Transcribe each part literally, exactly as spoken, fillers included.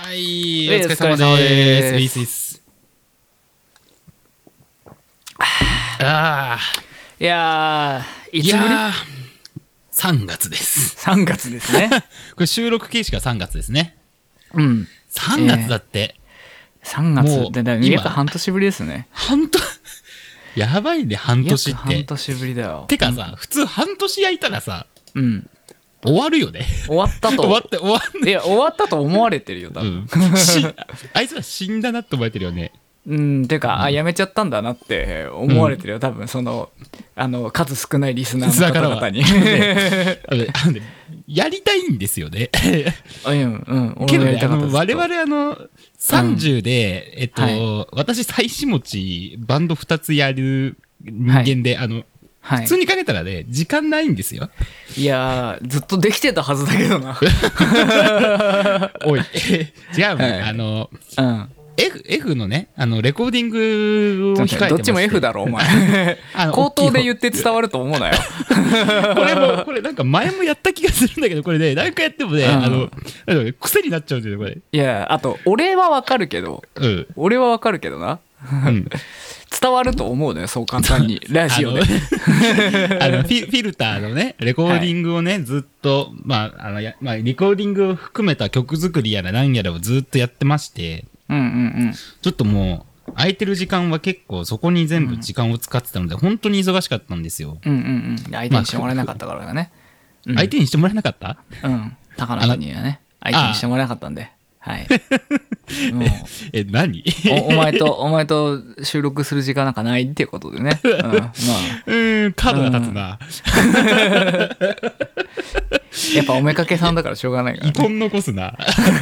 はい、 はいお疲れ様です。ウィスイス。ああ、 いやー、いいつぶりやー、さんがつです。 さんがつですね。 これ収録形式がさんがつですね。 うん。 さんがつだって。 さんがつもうで、だ今約半年ぶりですね。 半年、やばいね、半年約半って。 年ぶりだよ。 てかさ、普通半年焼いたらさ、 うん。 終わるよね。 終わったと。 終わって、終わんいや、終わったと思われてるよ、多分。 うん、しあいつら死んだなって思われてるよね。 うん、てか、あ、やめちゃったんだなって思われてるよ、多分その、あの、数少ないリスナーの方々に。 あのあのねやりたいんですよね。 うん、うん、俺けどね、 もやりたかったです。 我々あの、さんじゅうで、えっと、 はい私、妻子持ち、バンドふたつやる人間で、あの、 はい普通にかけたらね、時間ないんですよ。 いやー、ずっとできてたはずだけどな。 おい、違うの、 はいあの、 うん。 F, F のね、あの、レコーディングを控えてまして。 どっちも F だろ、お前。 あの口頭で言って伝わると思うなよ。 これも、これなんか前もやった気がするんだけど、これね、何回やってもね、 うんあの、あの癖になっちゃうんだよ、これ。 いや、あと、俺はわかるけど、 うん。 俺はわかるけどな。 うん伝わると思うのよ、そう簡単に。ラジオで。 あのあのフィ、フィルターのね、レコーディングをね、はい、ずっと、まあ、あの、やまあ、レコーディングを含めた曲作りやら何やらをずっとやってまして、 うんうんうん。 ちょっともう、空いてる時間は結構そこに全部時間を使ってたので、うん、本当に忙しかったんですよ。 うんうんうん。相手にしてもらえなかったからだね。 まあ、相手にしてもらえなかった、 うん、高野君にはね、相手にしてもらえなかったんで。はい。もうえ、何お、お前と、お前と収録する時間なんかないっていうことでね。うん、まあ。 うーん、角が立つな。 やっぱおめかけさんだからしょうがないから、ね。 遺恨残すな。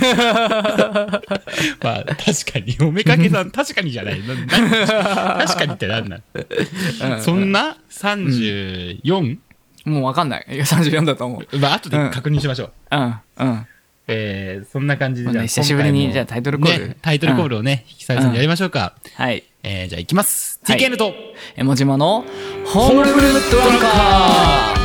まあ、確かに、おめかけさん、確かにじゃない。な確かにってなんなん、うん、そんな さんじゅうよん？ うん、もうわかんない。いや、さんじゅうよんだと思う。 まあ、後で確認しましょう。 うん、うん。 えー、そんな感じで、 じゃあ、久しぶりにじゃあタイトルコール、 ね、タイトルコールをね、引きされずにやりましょうか。 うん、はい。 えー、じゃあ行きます。はい、ティーケーエヌ と江モ島のホームルームドランカー。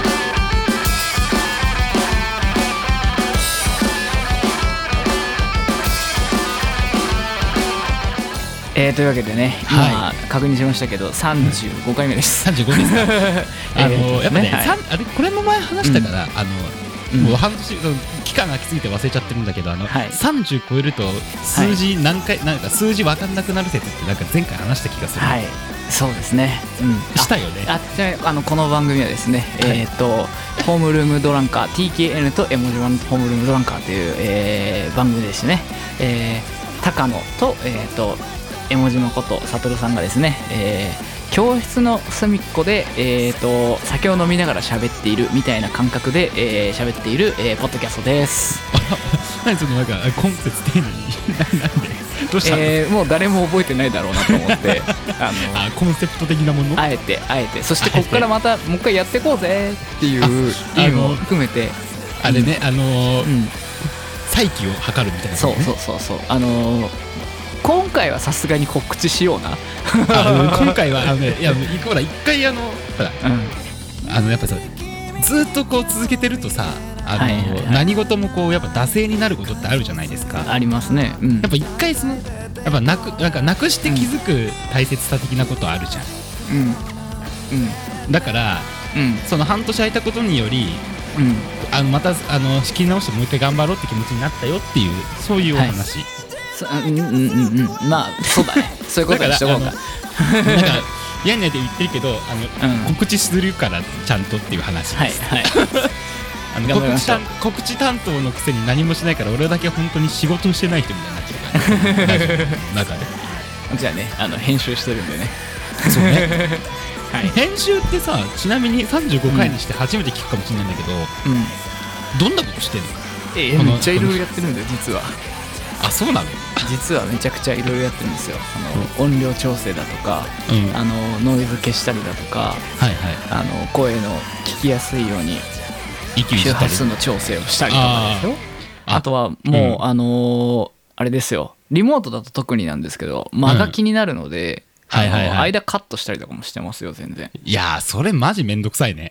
えー、というわけでね、今、はい、確認しましたけどさんじゅうごかいめです。 さんじゅうごですか。あのー、やっぱね、はい、あれこれも前話したから、うん、あの。もう半年、期間が空きすぎて忘れちゃってるんだけど、あの、はい、さんじゅう超えると数字何回、はい、なんか数字分かんなくなる説ってなんか前回話した気がする。 はい、そうですね。うん、 したよね。 あ、じゃあ、あのこの番組はですね、はい、えっ、ー、とホームルームドランカー ティーケーエヌ とエモジマのホームルームドランカーという、えー、番組ですね。えー、高野とえっ、ー、とエモジマことサトルさんがですね。えー教室の隅っこで、えー、と酒を飲みながら喋っているみたいな感覚で、えー、喋っている、えー、ポッドキャストです。 何そのなんかコンセプト丁寧になんでどうしたの、 えー、もう誰も覚えてないだろうなと思ってあのあコンセプト的なものあえてあえてそしてここからまたもう一回やっていこうぜっていう意味も含めてあれね、うん、あのーうん、再起を図るみたいな、ね、 そうそうそうそうあのー今回はさすがに告知しようなあ今回はあの、ね、いやほら一回あのほら、うん、あのやっぱさずっとこう続けてるとさあの、はいはいはい、何事もこうやっぱ惰性になることってあるじゃないですか。 ありますね、うん、 やっぱ一回そのやっぱなくなんかなくして気づく大切さ的なことあるじゃん、うんうん、だから、うん、その半年空いたことにより、うん、あのまたあの仕切り直してもう一回頑張ろうって気持ちになったよっていうそういうお話、はい、 うんうんうんうんまあそうだねそういうことにしとこうか。なんか嫌になって言ってるけどあの、うん、告知するからちゃんとっていう話です。 はいはいあの告知告知担当のくせに何もしないから俺だけ本当に仕事してない人みたいになってるから中でじゃあねあの編集してるんでね。 そうね、はい、編集ってさちなみにさんじゅうごかいにして初めて聞くかもしれないんだけど、うん、どんなことしてるの？ えー、めっちゃいろいろやってるんだよ実は。 あ、そうなの？ 実はめちゃくちゃいろいろやってるんですよ。あの、うん、音量調整だとか、うん、あのノイズ消したりだとか、はいはい、あの声の聞きやすいように周波数の調整をしたりとかですよ。あ, あとはもう、うん、あのあれですよリモートだと特になんですけど間が気になるので、うん、はいはいはい、間カットしたりとかもしてますよ全然。 いやーそれマジめんどくさいね。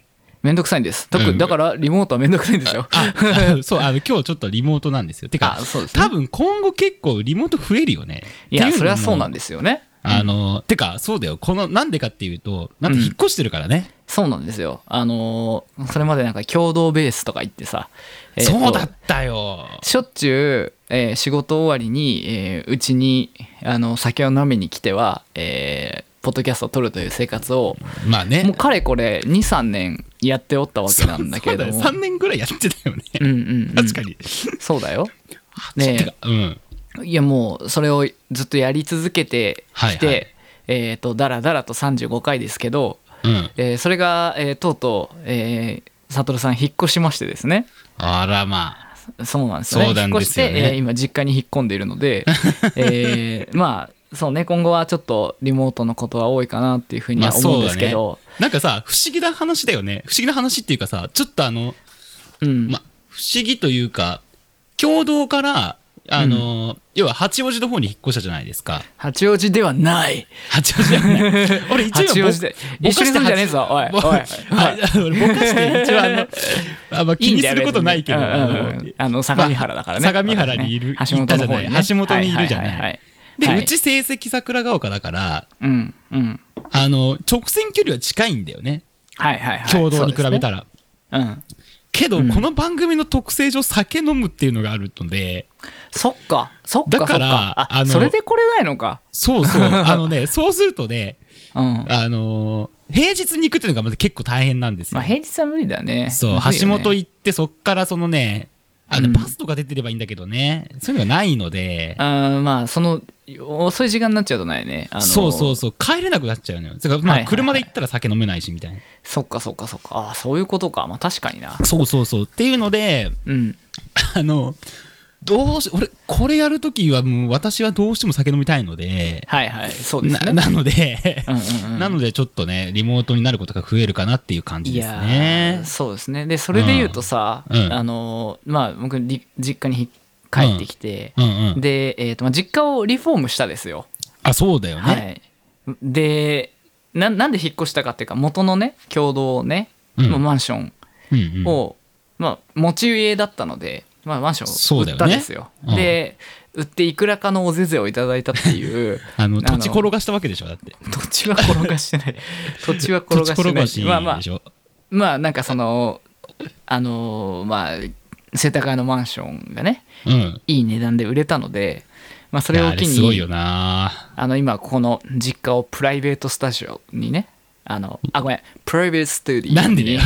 めんどくさいんです。特、うん、だからリモートはめんどくさいんですよ。 ああそうあの今日ちょっとリモートなんですよ。てか、そうですね、多分今後結構リモート増えるよね。 いやそれはそうなんですよね。 あの、うん、てかそうだよ、このなんでかっていうとなんか引っ越してるからね、うん、 そうなんですよ。あのー、それまでなんか共同ベースとか言ってさ、 えー、そうだったよ。 しょっちゅう、えー、仕事終わりにうち、えー、にあの酒を飲みに来ては、えー、ポッドキャストを撮るという生活を、まあね、もうかれこれ に,さん 年やっておったわけなんだけれども、 そうそうだね、さんねんぐらいやってたよね。 うんうん、うん、 確かにそうだよ。ねえ、うんいやもうそれをずっとやり続けてきて、はいはい、えー、とだらだらとさんじゅうごかいですけど、うんえー、それが、えー、とうとう、えー、悟さん引っ越しましてですね。 あらまあそうなんですよね。 そうなんですよね。 引っ越して、えー、今実家に引っ込んでいるので、えー、まあそうね今後はちょっとリモートのことは多いかなっていうふうには思うんですけど、 まあね、なんかさ不思議な話だよね。不思議な話っていうかさちょっとあの、うんまあ、不思議というか共同からあのーうん、要は八王子の方に引っ越したじゃないですか。 八王子ではない。 八王子ではない俺一応八王子で一緒に住んじゃねえぞおいおいぼかして一応あのあ、まあ、気にすることないけど、 いいあの相模原だからね、 まあ、相模原にいる、ね、 橋本の方に、ね、 橋本にいるじゃない、はいはいはいはい、で、はい、うち成績桜ヶ丘だから、うんうん、あの直線距離は近いんだよね、 はいはいはい、 共同に比べたら、ねうん、 けど、うん、この番組の特性上酒飲むっていうのがあるので、 そっかそっかだからあのそれでこれないのか。 そうそうあのねそうするとね、うん、あの平日に行くっていうのがまず結構大変なんですよ。 まあ平日は無理だね。 そう、ね、橋本行ってそっからそのねあの、うん、パスとか出てればいいんだけどね、そういうのがないので、 あまあその遅い時間になっちゃうとないね、あのー、 そうそうそう帰れなくなっちゃうのよ。だからまあ車で行ったら酒飲めないしみたいな、はいはいはい、 そっかそっかそっかあそういうことか。まあ確かにな。 そうそうそうっていうので、うん、あのどうし俺これやるときはもう私はどうしても酒飲みたいので、 はいはいそうですね。 な, なのでうんうん、うん、なのでちょっとねリモートになることが増えるかなっていう感じですね。 いやそうですね。でそれで言うとさ、うん、あのまあ僕実家に帰ってきて、うんうんうん、で、えーとまあ、実家をリフォームしたですよ。 あそうだよね、 はい、で な, なんで引っ越したかっていうか元のね共同ね、うん、マンションを、うんうんまあ、持ち家だったのでまあ、マンションを売ったんですよ。そうだよね。で、うん、売っていくらかのおぜぜをいただいたっていうあの土地転がしたわけでしょ。だって土地は転がしてない土地は転がしてない土地転がしまあまあまあなんかそのあのまあ世田谷のマンションがね、うん、いい値段で売れたので、まあ、それを機にすごいよな。 あの今ここの実家をプライベートスタジオにねあのあごめんプライベートスタジオなんでね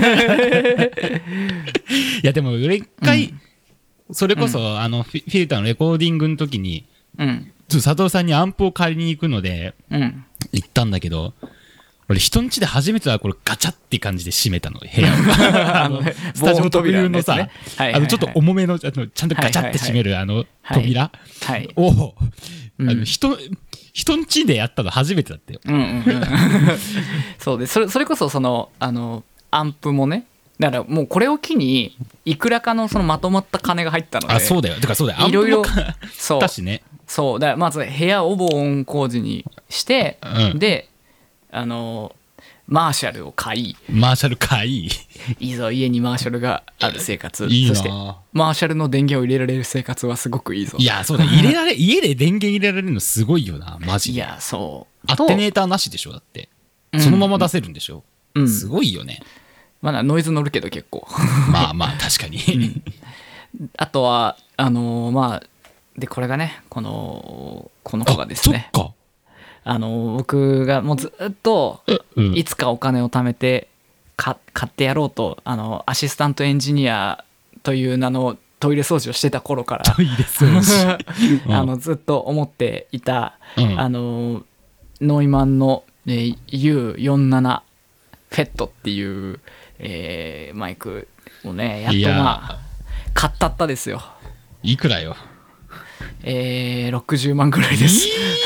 いやでも俺一回、うんそれこそ、うん、あのフィルターのレコーディングの時に、うん、ちょっと佐藤さんにアンプを借りに行くので、うん、行ったんだけど俺人ん家で初めてはこれガチャって感じで閉めたの部屋をあのスタジオ特有のさ、ねはいはいはい、あのちょっと重めのあのちゃんとガチャって閉める、はいはいはい、あの扉、はいはい、を、うん、あの人人ん家でやったの初めてだったよ、うんうんうん、 そうで そ, れそれこそそのあのアンプもねだからもうこれを機にいくらかのそのまとまった金が入ったので、 あそうだよ。てかそうだよ。いろいろそうだしね。 そうだからまず部屋を防音工事にして、うん、であのマーシャルを買い、 マーシャル買い、 いいぞ家にマーシャルがある生活。 いいな。 そしてマーシャルの電源を入れられる生活はすごくいいぞ。 いやそうだ入れられ家で電源入れられるのすごいよなマジで。 いやそうアテネーターなしでしょだって、うん、そのまま出せるんでしょ。うん、すごいよね。 まだノイズ乗るけど結構まあまあ確かに、 うん、あとはあのー、まあでこれがねこのこの子がですね、 そっかあのー、僕がもうずっといつかお金を貯めて買ってやろうとあのアシスタントエンジニアという名のトイレ掃除をしてた頃からトイレ掃除あのずっと思っていた、うん、あのノイマンの、えー、ユーよんじゅうなな フェットっていうえー、マイクをねやっとまあ買ったったですよ。 いくらよ。 えー、ろくじゅうまんぐらいです、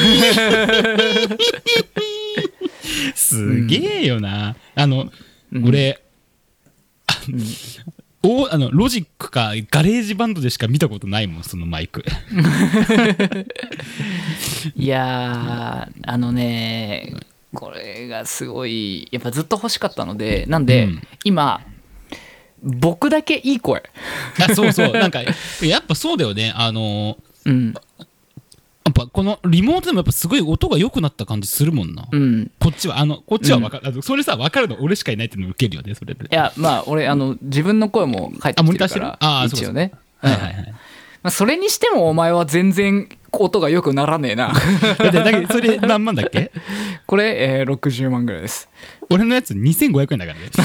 すげえよな、うん、あの、うん、俺あ、うん、おあのロジックかガレージバンドでしか見たことないもんそのマイクいやーあのねこれがすごいやっぱずっと欲しかったので、なんで、うん、今僕だけいい声あそうそうなんかやっぱそうだよねあのー、うんやっぱこのリモートでもやっぱすごい音が良くなった感じするもんな、うん、こっちはあのこっちは分かる、うん、それさ分かるの俺しかいないっていうの受けるよねそれで。 いやまあ俺あの自分の声も返ってきてるからあ一応ねはいはいはい、まあ、それにしてもお前は全然音が良くならねえなだってだけどそれ何万だっけこれ、えー、ろくじゅうまんぐらいです。 俺のやつにせんごひゃくえんだからね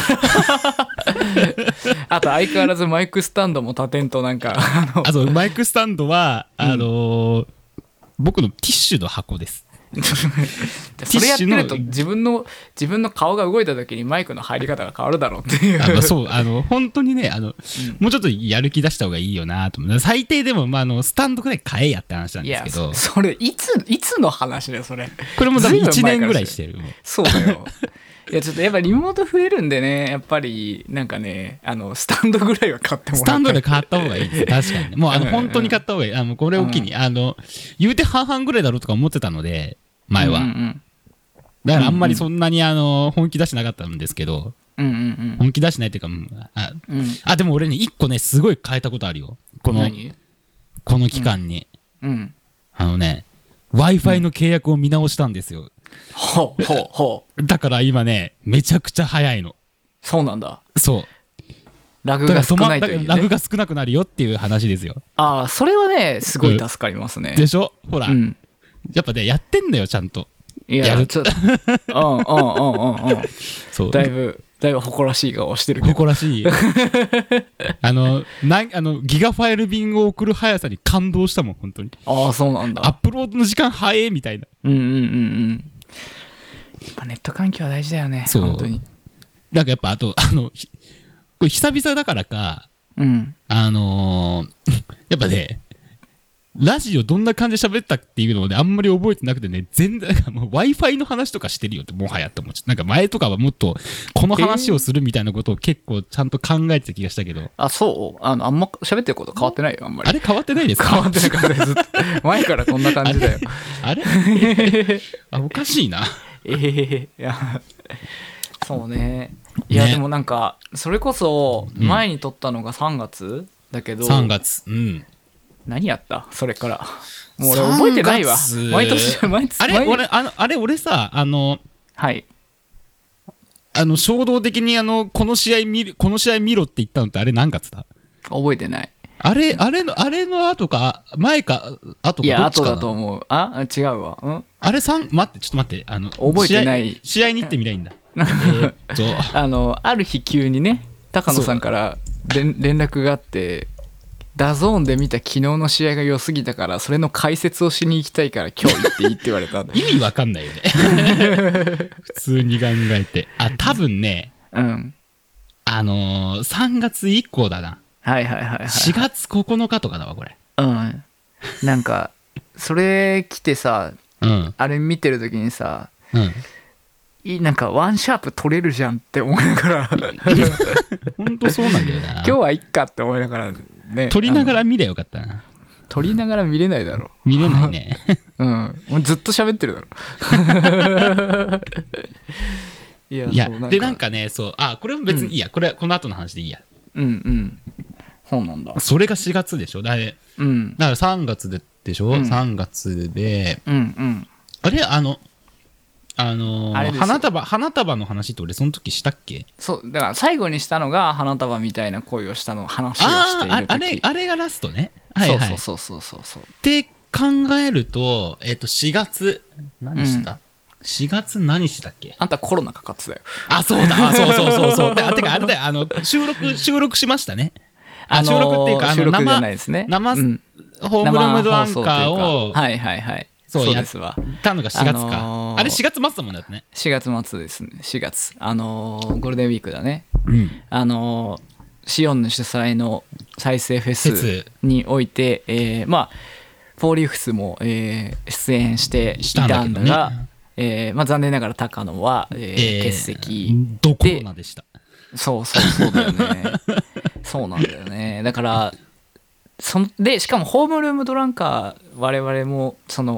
あと相変わらずマイクスタンドも立てんとなんかあのあそうマイクスタンドはあのーうん僕のティッシュの箱ですそれやってると自分の自分の顔が動いた時にマイクの入り方が変わるだろうっていうあのそうあの本当にねあの、うん、もうちょっとやる気出した方がいいよなと思う。最低でも、まあ、あのスタンドくらい買えやって話なんですけど。いやそ, それいついつの話だよそれ。 これも多分いちねんぐらいしてる。 そうだよいやちょっとやっぱリモート増えるんでねやっぱりなんかねあのスタンドぐらいは買ってもらってスタンドで買った方がいいです確かにねもうあの本当に買った方がいいあのこれを機に、うん、あの言うて半々ぐらいだろうとか思ってたので前は、うんうん、だからあんまりそんなにあの本気出してなかったんですけど、うんうんうん、本気出してないっていうかあ、うん、あでも俺ね一個ねすごい変えたことあるよこのこの期間に、うんうん、あのね Wi-Fi の契約を見直したんですよ、うんほうほうほうだから今ねめちゃくちゃ早いの。 そうなんだ。 そうラグが少ないという、ね、 ラグが少なくなるよっていう話ですよ。 ああそれはねすごい助かりますね、 うん、でしょほら、うん、やっぱねやってんだよちゃんといややるちょっとうんうんうんうんうんそうだいぶだいぶ誇らしい顔してるけど誇らしいあのなあのギガファイル便を送る速さに感動したもん本当に。 ああそうなんだ。 アップロードの時間早いみたいな。 うんうんうんうんやっぱネット環境は大事だよねそう本当に。 なんかやっぱあとあのこれ久々だからか、うん、あのー、やっぱねラジオどんな感じで喋ったっていうのをねあんまり覚えてなくてね全然 Wi-Fi の話とかしてるよってもはやって思っちゃう。なんか前とかはもっとこの話をするみたいなことを結構ちゃんと考えてた気がしたけど、えー、 あそうあのあんま喋ってること変わってないよあんまり。 あれ変わってないですか。 変わってないからずっと前からこんな感じだよあれあおかしいなえー、いやそうねいや、ね、でもなんかそれこそ前に撮ったのがさんがつだけど、 うん、さんがつうん何やったそれからもう俺覚えてないわ毎年毎年あれ俺あのあれ俺さあのはいあの衝動的にあのこの試合見るこの試合見ろって言ったのってあれ何月だ。 覚えてない。 あれあれのあれの後か前か後かどっちかな。いや後だと思う。あ違うわ、うん、 あれさん待ってちょっと待ってあの覚えてない試合、試合に行ってみりゃいいんだえー、あのある日急にね高野さんから連絡があってダゾーンで見た昨日の試合が良すぎたからそれの解説をしに行きたいから今日行っていいって言われたんだ意味わかんないよね普通に考えてあ多分ねうんあのー、さんがつ以降だな。 はいはいはいはい、はい、 しがつここのかとかだわこれ。 うんなんかそれ来てさ、うん、あれ見てる時にさ、うん、いいなんかワンシャープ取れるじゃんって思いながら本当そうなんだよな今日はいっかって思いながらね撮りながら見りゃよかったな。 撮りながら見れないだろ見れないねうんもうずっと喋ってるだろいや, いやなんでなんかねそうあこれも別にいいや、うん、これこの後の話でいいや。 うんうんそうなんだ。 それがしがつでしょだ, れ、うん、だからさんがつ で, でしょ、うん、さんがつで、うんうん、あれあのあのー、花束花束の話って俺その時したっけ。 そうだから最後にしたのが花束みたいな恋をしたの話をしている時あ, あ, れあれがラストね、はいはい、 そうそうそうそうそうって考えると、えー、としがつ何した、うん、しがつ何したっけ。 あんたコロナかかってたよ。 あそうだあそうそうそうそうてかあれだよあの収録収録しましたね。あ収録っていうかあの収録じゃないですね生、うん、ホームルームドランカーをはいはいはいそうやったのがしがつか、あのー、あれしがつ末だもんだってね。 しがつ末ですね。しがつあのー、ゴールデンウィークだね、うん、あのー、シオンの主催の再生フェスにおいて、えー、まあフォーリーフスも、えー、出演していたんだが、ねえーまあ、残念ながら高野は、えーえー、欠席ドコロナでした。 そうそうそうだよねそうなんだよね。だからそでしかもホームルームドランカー我々もその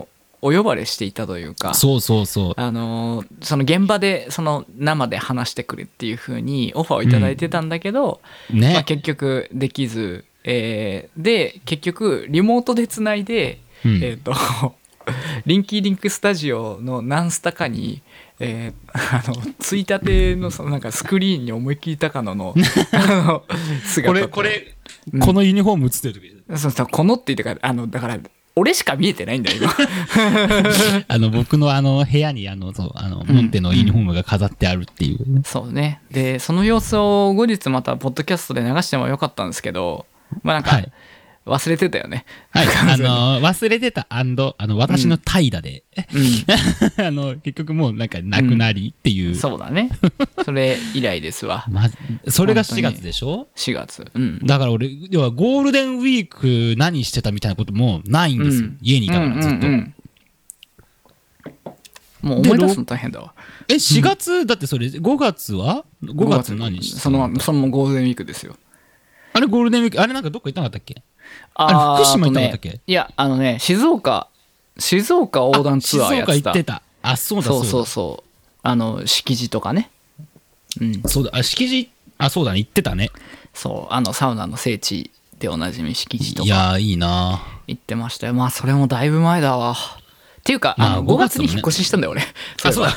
お呼ばれしていたというか、 そうそうそう、 あのその現場でその生で話してくれっていう風にオファーをいただいてたんだけど、 うんね、 まあ、結局できず、えー、で結局リモートでつないで、うん、えっ、ー、とリンキーリンクスタジオの何スタかに、えー、あのついたてのそのなんかスクリーンに思いっきり高野のあの姿これこれ、うん、このユニフォーム映ってる時、 そうそう、このって言ってからあのだから俺しか見えてないんだよ今あの僕のあの部屋にあのそうあのモンテのユニフォームが飾ってあるっていう、 うんうん、そうね。でその様子を後日またポッドキャストで流してもよかったんですけど、まあなんか、はい、忘れてたよね。 はい、あの忘れてたアンドあの私の怠惰で、うん、あの結局もうなんかなくなりっていう、 うん、そうだね。それ以来ですわ。 ま、それがしがつでしょ。 しがつ、うん、 だから俺要はゴールデンウィーク何してたみたいなこともないんですよ、うん、家にいたからずっと、うんうんうん、もう思い出すの大変だわ。 えしがつ、うん、だってそれごがつはごがつ何してたの？ そのそのゴールデンウィークですよ。 あれゴールデンウィークあれなんかどっか行ったんだったっけ？あれ福島行ったんだったっけ？ ね、いやあのね静岡静岡横断ツアーやってた。 静岡行ってた。あそうだそうだ。 そうそうそうあの敷地とかね。 うん。そうだあ敷地あそうだね行ってたね。 そうあのサウナの聖地でおなじみ敷地とか。 いやいいな。 行ってましたよ。まあそれもだいぶ前だわ。っていうか、まあ、あのごがつに引っ越ししたんだよ俺。 あそうだ。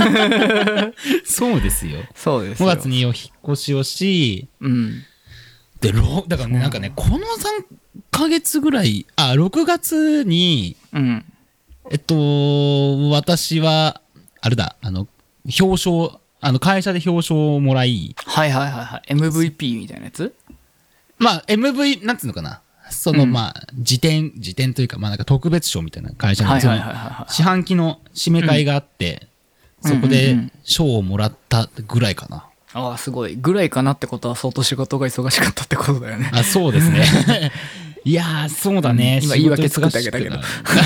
そうですよ。 そうですよ。 ごがつにお引っ越しをし。 うん。 でだからねなんかねこのさんかげつぐらいあろくがつに、うん、えっと私はあれだあの表彰あの会社で表彰をもらいはいはいはいはい エムブイピー みたいなやつまあ エムブイ なんつうのかなその、うん、まあ辞典辞典というかまあなんか特別賞みたいな会社の四半期の締め会があって、うん、そこで賞をもらったぐらいかな。 ああすごいぐらいかなってことは相当仕事が忙しかったってことだよね。 あそうですね。いやーそうだね、 うん、今言い訳作ってあげたけど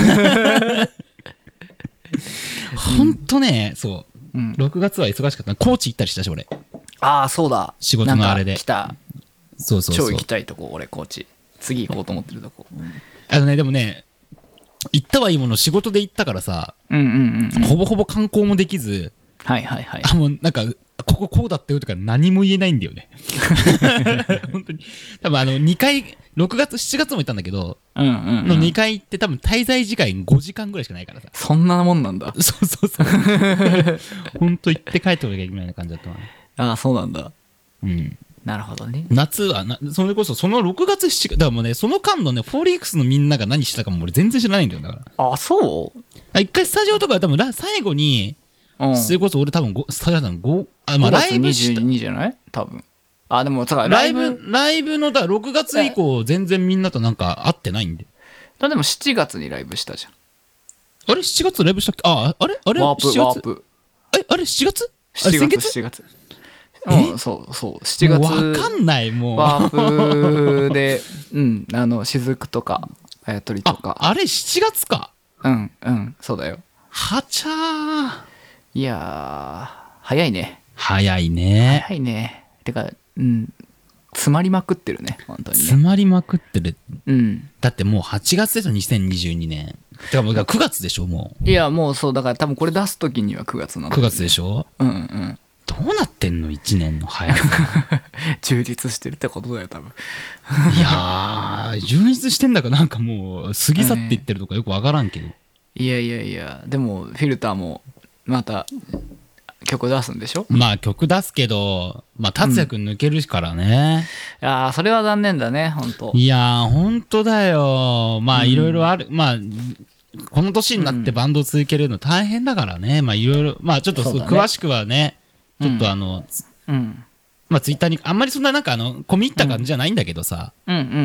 ほんとねそう、うん、ろくがつは忙しかった。高知行ったりしたし俺。 ああそうだ仕事のあれで来た。 そうそうそう超行きたいとこ俺高知次行こうと思ってるとこ。 あのねでもね行ったはいいもの仕事で行ったからさ、 うんうんうんうん、 ほぼほぼ観光もできずはいはいはいあもうなんかこここうだったよとか何も言えないんだよね。本当に多分あのにかいろくがつしちがつも行ったんだけど、 うんうんうん、 のにかい行って多分滞在時間ごじかんぐらいしかないからさ。 そんなもんなんだ。 そうそうそう。本当行って帰ってこなきゃいけない感じだったわ、ね。 ああそうなんだ。 うん。 なるほどね。 夏はなそれこそそのろくがつしちがつだからもうねその間のねフォーリークスのみんなが何したかも俺全然知らないんだよだから。 あそうあ一回スタジオとか多分最後にうん、それこそ俺多分スタジオだのごあまあライブしたごがつにじゅうにじゃない多分。あでもさライブライブのだろくがつ以降全然みんなとなんか会ってないんで。 だでもしちがつにライブしたじゃん。 あれしちがつライブしたっけ？ああれあれワープワープ。 えあれしちがつ？ しちがつしちがつ。うんそうそうしちがつ。 わかんないもう。 ワープでうんあの雫とかあやとりとか。 ああれしちがつか。 うんうんそうだよ。 はちゃー。 いやー早いね早いね早いねてかうん詰まりまくってるね本当にね詰まりまくってる、 うん、 だってもうはちがつでしょにせんにじゅうにねんてかもうくがつでしょもういやもうそうだから多分これ出す時にはくがつなんだ、ね、 くがつでしょうんうんどうなってんのいちねんの早さ充実してるってことだよ多分いやー充実してんだかなんかもう過ぎ去っていってるとかよくわからんけど、 いやいやいやでもフィルターもまた曲出すんでしょ。 まあ曲出すけどまあ達也くん抜けるからね、 うん、いやそれは残念だね本当。 いやー本当だよまあいろいろある、うん、まあこの年になってバンドを続けるの大変だからね、うん、まあいろいろまあちょっと詳しくはねちょっとあの、うん、まあツイッターにあんまりそんななんかあの込み入った感じじゃないんだけどさ、 うんうんうんうん、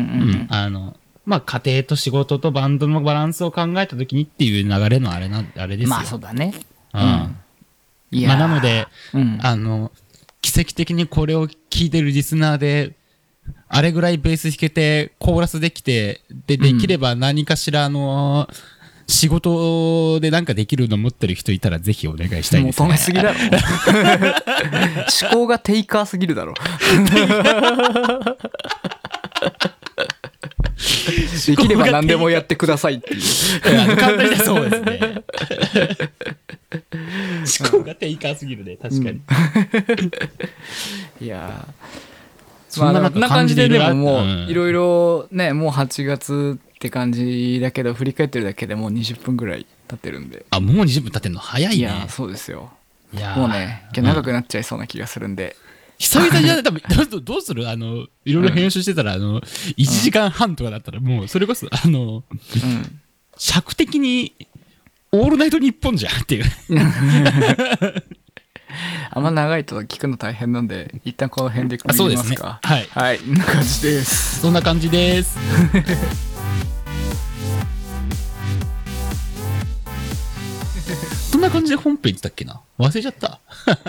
あのまあ家庭と仕事とバンドのバランスを考えた時にっていう流れのあれなあれですよ。 まあそうだね。 うん。いやまあなので、うん、あの奇跡的にこれを聞いてるリスナーであれぐらいベース弾けてコーラスできてでできれば何かしらあのー、仕事でなんかできるの持ってる人いたらぜひお願いしたいですね。 求めすぎだろ。思考がテイカーすぎるだろ。 できれば何でもやってくださいっていう。 あの簡単にそうですね。思考が定価すぎるね、確かに。 いやー、まあ、こんな感じででももういろいろね、もうはちがつって感じだけど、振り返ってるだけでもうにじゅっぷんぐらい経ってるんで。 あ、もうにじゅっぷん経ってるの早いね。いや、そうですよ。 いやもうね、今日長くなっちゃいそうな気がするんで。うん、 久々じゃ多分どうするあのいろいろ編集してたら、うん、あのいちじかんはんとかだったらもうそれこそあの、うん、尺的にオールナイトニッポンじゃんっていうあんま長いと聞くの大変なんで一旦この辺で区切りますか。 そうですね。はい、 はい、こんな感じです。 そんな感じですそんな感じで本編言ってたっけな、忘れちゃった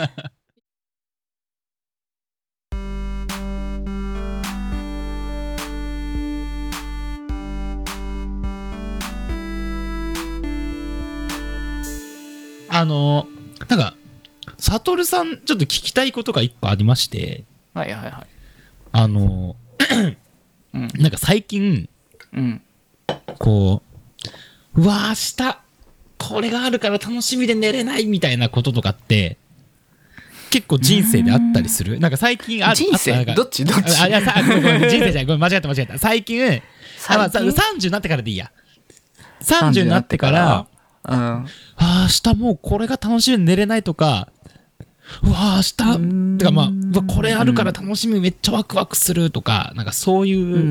あのなんかサトルさんちょっと聞きたいことが一個ありまして、 はいはいはい、 あの、うん、なんか最近、うん、こううわ明日これがあるから楽しみで寝れないみたいなこととかって結構人生であったりする？なんか最近あ人生どっちどっちあいやさごめんごめん人生じゃないごめん間違った間違った最近最近あ、まあ、さんじゅうになってからでいいやさんじゅうになってからうん、あ明日もうこれが楽しみで寝れないとか、うわ明日てかまあこれあるから楽しみめっちゃワクワクするとか、なんかそういう、うん、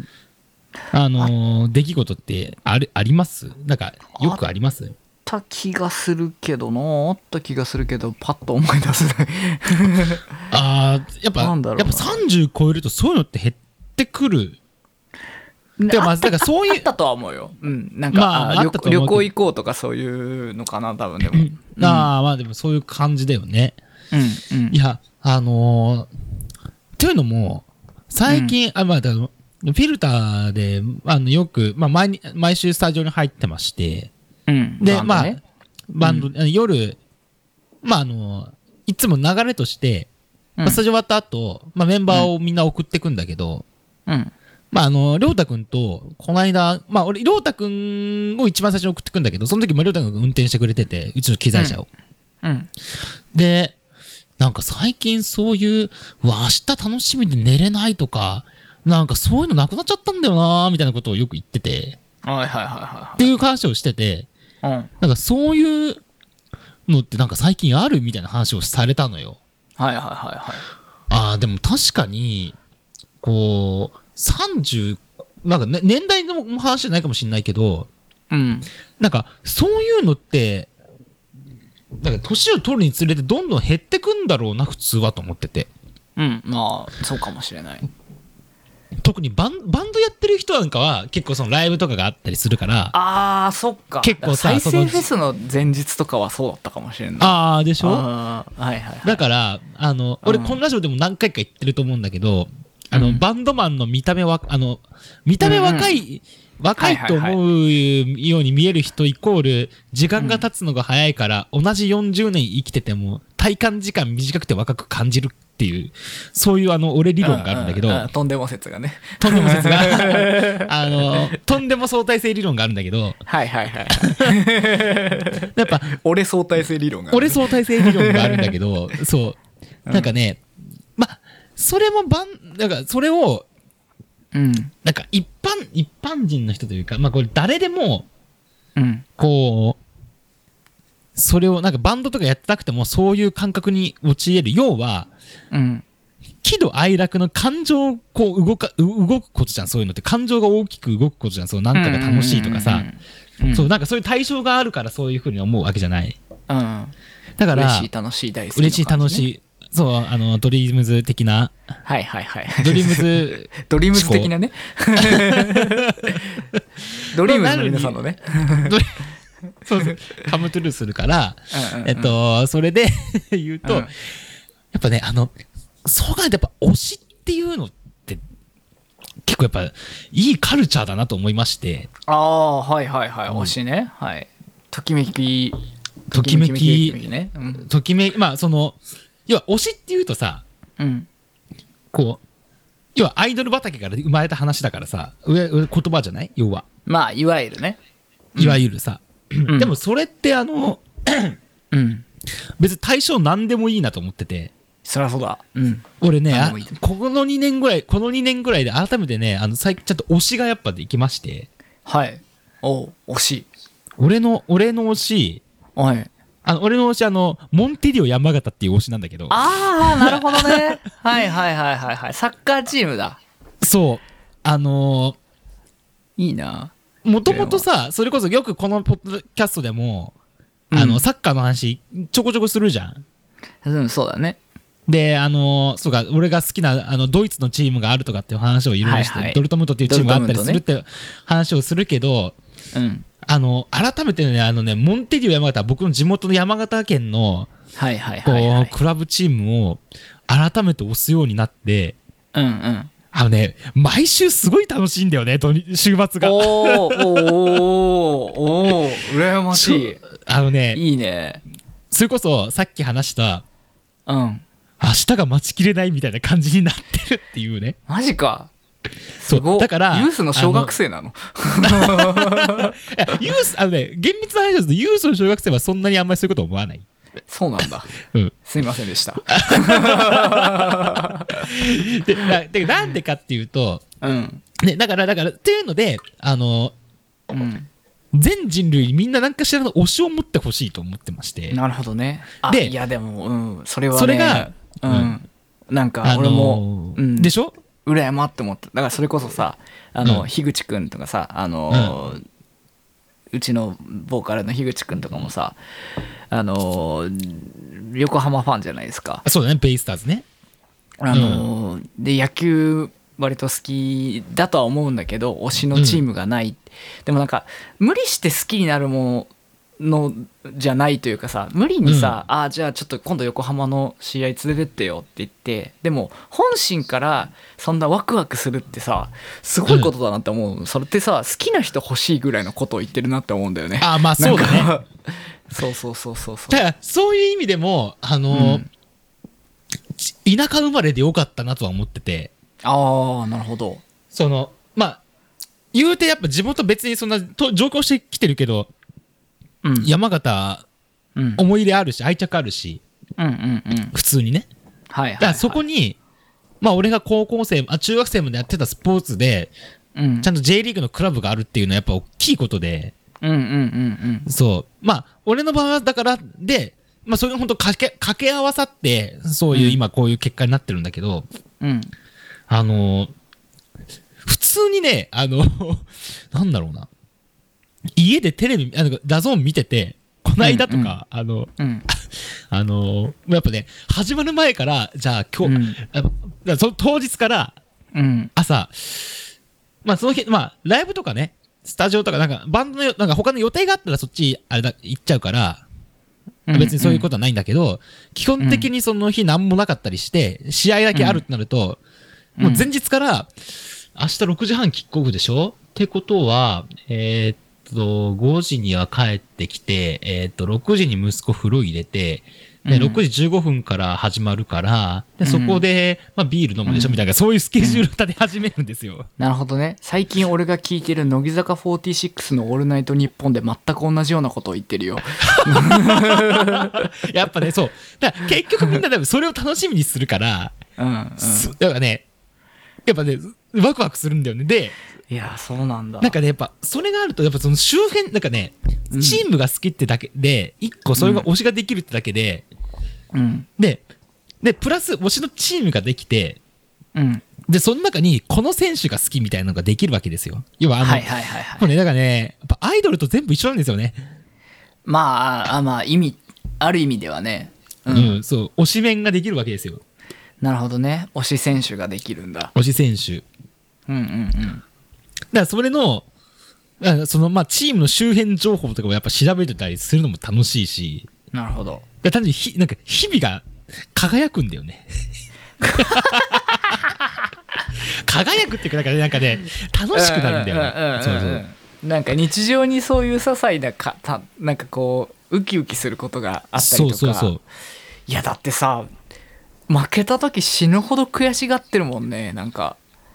あのー、出来事ってあるあります？なんかよくあります？ あった気がするけどなあった気がするけどパッと思い出せないあーやっぱやっぱさんじゅう超えるとそういうのって減ってくる。 でもまずだからそういうあったとは思うよ。うん、なんか、まあ、旅, 旅行行こうとかそういうのかな多分でも。うん、 ああまあでもそういう感じだよね。うんうん、いやあのー、というのも最近、うん、あまあフィルターであのよくまあ毎毎週スタジオに入ってまして、うん、でバンド、ね、まあバンド、うん、夜まああのー、いつも流れとして、うん、スタジオ終わった後、まあメンバーをみんな送ってくんだけど。うんまあ、あの、りょうたくんと、この間、まあ、俺、りょうたくんを一番最初に送ってくんだけど、その時もりょうたくんが運転してくれてて、うちの機材車を。うん。うん、で、なんか最近そういう、うわ、明日楽しみで寝れないとか、なんかそういうのなくなっちゃったんだよなみたいなことをよく言ってて。 はいはいはいはい。 っていう話をしてて、うん。なんかそういうのってなんか最近あるみたいな話をされたのよ。 はいはいはいはい。 ああ、でも確かに、こう、さんじゅうなんか、ね、年代の話じゃないかもしれないけど、うん、なんかそういうのってなんか年を取るにつれてどんどん減ってくんだろうな普通はと思ってて、 うんまあそうかもしれない。 特にバン、バンドやってる人なんかは結構そのライブとかがあったりするから、 あーそっか結構さ再生フェスの前日とかはそうだったかもしれない。 ああでしょ。 あはいはい、はい、 だからあの俺このラジオでも何回か言ってると思うんだけど、あの、うん、バンドマンの見た目は、あの、見た目若い、うんうん、若いと思うように見える人イコール、時間が経つのが早いから、うん、同じよんじゅうねん生きてても、体感時間短くて若く感じるっていう、そういうあの、俺理論があるんだけど、うんうんうん、 とんでも説がね。 とんでも説が、あの、とんでも相対性理論があるんだけど、 はいはいはい。 やっぱ、 俺相対性理論がある、 ね。俺相対性理論があるんだけど、そう、なんかね、ま、それもばん、だからそれを、うん、なんか一般、一般人の人というか、まあこれ誰でも、うん、こう、それをなんかバンドとかやってなくてもそういう感覚に陥れる。要は、うん、喜怒哀楽の感情をこう動か、動くことじゃん、そういうのって。感情が大きく動くことじゃん、そうなんかが楽しいとかさ、うん、そうなんかそういう対象があるからそういうふうに思うわけじゃない。うん、だから、 嬉しい楽しい大好きな感じ、ね。 嬉しい楽しい。そう、あの、ドリームズ的な。 はいはいはい。 ドリームズ。 ドリームズ的なね。ドリームズの皆さんのね。 そうそう。カムトゥルーするから、うんうんうん、えっと、それで言うと、うん、やっぱね、あの、そう考えてやっぱ推しっていうのって、結構やっぱいいカルチャーだなと思いまして。 ああ、はいはいはい。推しね。はい。ときめき、 ときめき、ね、うん、ときめき、まあその、要は推しっていうとさ、うん、こう要はアイドル畑から生まれた話だからさ、言葉じゃない要は。 まあいわゆるね、 いわゆるさ、うん、でもそれってあの、 うん、 別に対象なんでもいいなと思ってて。 そりゃそうだ、うん、 俺ね、あこのにねんぐらいこのにねんぐらいで改めてね、あの最近ちょっと推しがやっぱできまして。 はい。おう、推し。 俺の俺の推し、 はい。 あの俺の推し、あのモンテディオ山形っていう推しなんだけど。 ああ、なるほどね。はいはいはいはいはい。サッカーチームだ。 そう、あのー、いいな。 もともとさ、それこそよくこのポッドキャストでも、うん、あのサッカーの話ちょこちょこするじゃん。 うん、そうだね。 で、あのそうか、俺が好きなあのドイツのチームがあるとかっていう話をいろいろして、はいはい、ドルトムントっていうチームがあったりするって話をするけど、 うん、 あの改めてね、あのね、モンテディオ山形、僕の地元の山形県の、はいはいはいはい、こうクラブチームを改めて推すようになって、 うんうん、 あのね、毎週すごい楽しいんだよね、週末が。 おーおーおーおー、羨ましい。 あのね、 いいね。 それこそさっき話した、 うん、 明日が待ちきれないみたいな感じになってるっていうね。 マジか。 そうだからユースの小学生なの？ ユース、あのね、厳密な話ですとユースの小学生はそんなにあんまりそういうこと思わない。 そうなんだ、 うん、 すいませんでした。 で, なでなんでかっていうと、 うんね、だからだからっていうので、あの、 うん、 全人類にみんな何かしらの推しを持ってほしいと思ってまして。 なるほどね。 で、 いやでも、うん、それはね、 それが、 うん、なんか俺も、 あのーうん、でしょ？ 羨まって思った。だからそれこそさ、あの、うん、樋口くんとかさ、あのーうん、うちのボーカルの樋口くんとかもさ、あのー、横浜ファンじゃないですか。 そうだね、ベイスターズね。 あのーうん、で野球割と好きだとは思うんだけど、推しのチームがない、うん、でもなんか無理して好きになるものじゃないというかさ、無理にさ、うん、あじゃあちょっと今度横浜の試合連れてってよって言って、でも本心からそんなワクワクするってさ、すごいことだなって思う、うん、それってさ、好きな人欲しいぐらいのことを言ってるなって思うんだよね。 あまあそうだね。 そうそうそうそうそう。 だからそういう意味でも、あのーうん、田舎生まれでよかったなとは思ってて。 ああ、なるほど。 そのまあ言うてやっぱ地元別にそんなと上京してきてるけど、うん、山形、うん、思い入れあるし愛着あるし、 うんうんうん、 普通にね、 はいはいはい、 だからそこにまあ俺が高校生あ中学生までやってたスポーツで、うん、ちゃんと J リーグのクラブがあるっていうのはやっぱ大きいことで、 うんうんうんうん、 そうまあ俺の場合はだからで、まあそれが本当掛け掛け合わさってそういう今こういう結果になってるんだけど、 うん、 あの普通にね、あのなんだろうな、家でテレビあのダゾーン見てて、この間とか、うんうん、あの、うん、あのやっぱね始まる前からじゃあ今日、うん、あその当日から朝、うん、まあその日まあライブとかねスタジオとかなんかバンドのなんか他の予定があったらそっちあれだ行っちゃうから。別にそういうことはないんだけど、うんうん、基本的にその日何もなかったりして、うん、試合だけあるってなると、うん、もう前日から明日ろくじはんキックオフでしょってことは、えー、っとごじには帰ってきて、えー、っとろくじに息子風呂入れて、でろくじじゅうごふんから始まるから、でそこで、まあ、ビール飲むでしょ、うん、みたいな、そういうスケジュール立て始めるんですよ。 なるほどね。最近俺が聞いてる乃木坂フォーティーシックスのオールナイトニッポンで全く同じようなことを言ってるよ。 やっぱね、そう。だから結局みんな多分それを楽しみにするから、 うん、うん、 だからね、やっぱね、ワクワクするんだよね。で、 いや、そうなんだ。 なんかね、やっぱ、それがあると、やっぱその周辺、なんかね、チームが好きってだけで、一個それが推しができるってだけで、 うん、 で、で、プラス推しのチームができて、 うん、 で、その中にこの選手が好きみたいなのができるわけですよ。要はあの、 はいはいはいはい、 これね、だからね、やっぱアイドルと全部一緒なんですよね。 まあ、あまあ、意味、ある意味ではね。 うん、うん、そう、推し面ができるわけですよ。 なるほどね。推し選手ができるんだ。 推し選手。 うんうんうん。 だからそれの、そのまあチームの周辺情報とかもやっぱ調べてたりするのも楽しいし。 なるほど。 単純にひなんか日々が輝くんだよね。輝くっていうかなんかね、なんかね楽しくなるんだよね。そうそう。 なんか日常にそういう些細なかたなんかこうウキウキすることがあったりとか。 そうそうそう。 いやだってさ、負けた時死ぬほど悔しがってるもんね。なんか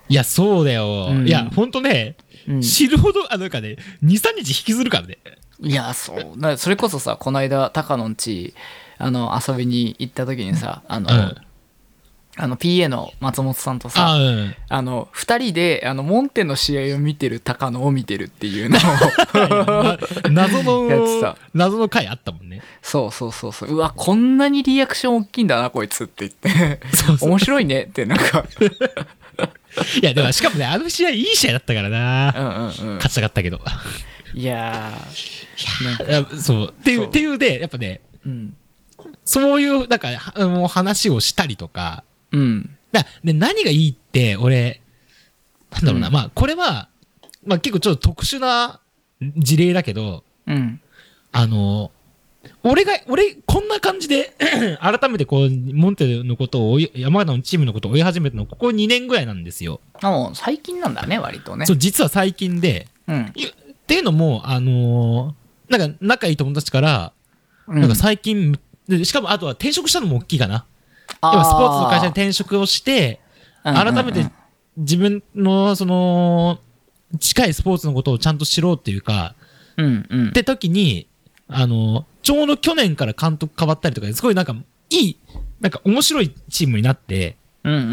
いやそうだよ、うん、いやほんとね、うん、知るほどあなんかねにさんにち引きずるからね。 いやそうだそれこそさこの間高野んちあの遊びに行った時にさあの、うんあの ピーエー の松本さんとさ あ,、うん、あのふたりであのモンテの試合を見てる高野を見てるっていうのを謎のやつさ謎の回あったもんね。 そうそうそうそううわこんなにリアクション大きいんだなこいつって言ってそうそう面白いねってなんかいやでもしかもねあの試合いい試合だったからな、うんうんうん、勝ちたかったけどいやーいやそうっていうっていうでやっぱね、うん、そういうなんかもう話をしたりとかうん、だで何がいいって俺なんだろうな、うん、まあこれは、まあ、結構ちょっと特殊な事例だけど、うん、あの俺が俺こんな感じで改めてこうモンテのことを追い山形のチームのことを追い始めたのここにねんぐらいなんですよ。 あもう最近なんだね割とね。 そう実は最近で、うん、っていうのもあのー、なんか仲いい友達から、うん、なんか最近でしかもあとは転職したのも大きいかな。今スポーツの会社に転職をして改めて自分のその近いスポーツのことをちゃんと知ろうっていうか、うんうん、って時にあのちょうど去年から監督変わったりとかすごいなんかいいなんか面白いチームになって、うんうんうん、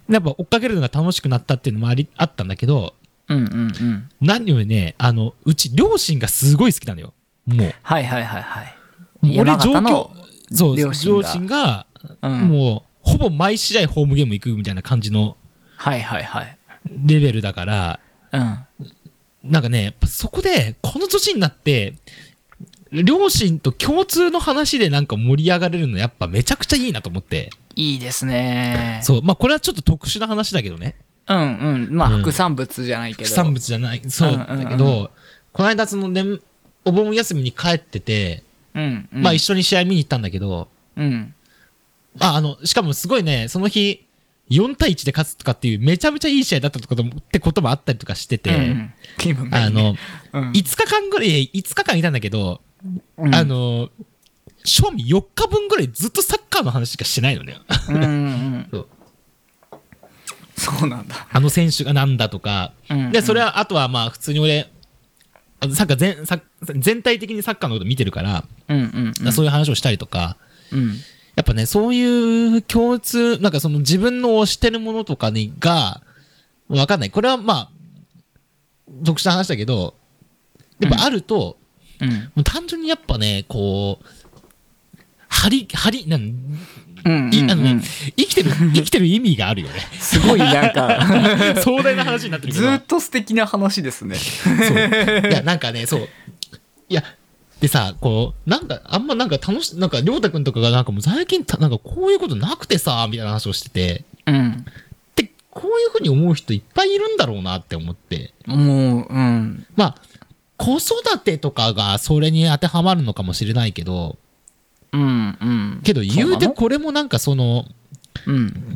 やっぱ追っかけるのが楽しくなったっていうのもありあったんだけど、うんうんうん、何よりねあのうち両親がすごい好きなのよもう。 はいはいはいはい。 俺状況そう両親がうん、もうほぼ毎試合ホームゲーム行くみたいな感じのレベルだから、うん、なんかねやっぱそこでこの年になって両親と共通の話でなんか盛り上がれるのやっぱめちゃくちゃいいなと思って。 いいですね。 そうまあこれはちょっと特殊な話だけどね。 うんうんまあ副産物じゃないけど、うん、 副産物じゃないそうだけど、うんうんうん、この間その、ね、お盆休みに帰ってて、うんうん、まあ一緒に試合見に行ったんだけど、うんあ、あの、しかもすごいね、その日、よんたいいちで勝つとかっていうめちゃめちゃいい試合だったとかってこともあったりとかしてて、うん気分がいいね、あの、うん、いつかかんぐらい、いつかかんいたんだけど、うん、あの、正味よっかぶんぐらいずっとサッカーの話しかしてないのね。うんうん、そうそうなんだ。 あの選手がなんだとか、うんうん、で、それは、あとはまあ普通に俺、サッカー全、サ全体的にサッカーのこと見てるから、うんうんうん、そういう話をしたりとか、うんやっぱね、そういう共通、なんかその自分の推してるものとかにが、わかんない。これはまあ、特殊な話だけど、やっぱあると、うん、もう単純にやっぱね、こう、張り、張り、なん、うんうんうん、あのね、生きてる、生きてる意味があるよね。 すごいなんか、 壮大な話になってるけど。 ずっと素敵な話ですね。そう。 いや、なんかね、そう。いや、でさ、こう、なんか、あんまなんか楽し、なんか、りょうたくんとかがなんかもう最近た、なんかこういうことなくてさ、みたいな話をしてて、うん。で、こういうふうに思う人いっぱいいるんだろうなって思って。もう、うん。まあ、子育てとかがそれに当てはまるのかもしれないけど、うんうん。けど言うてこれもなんかその、うん。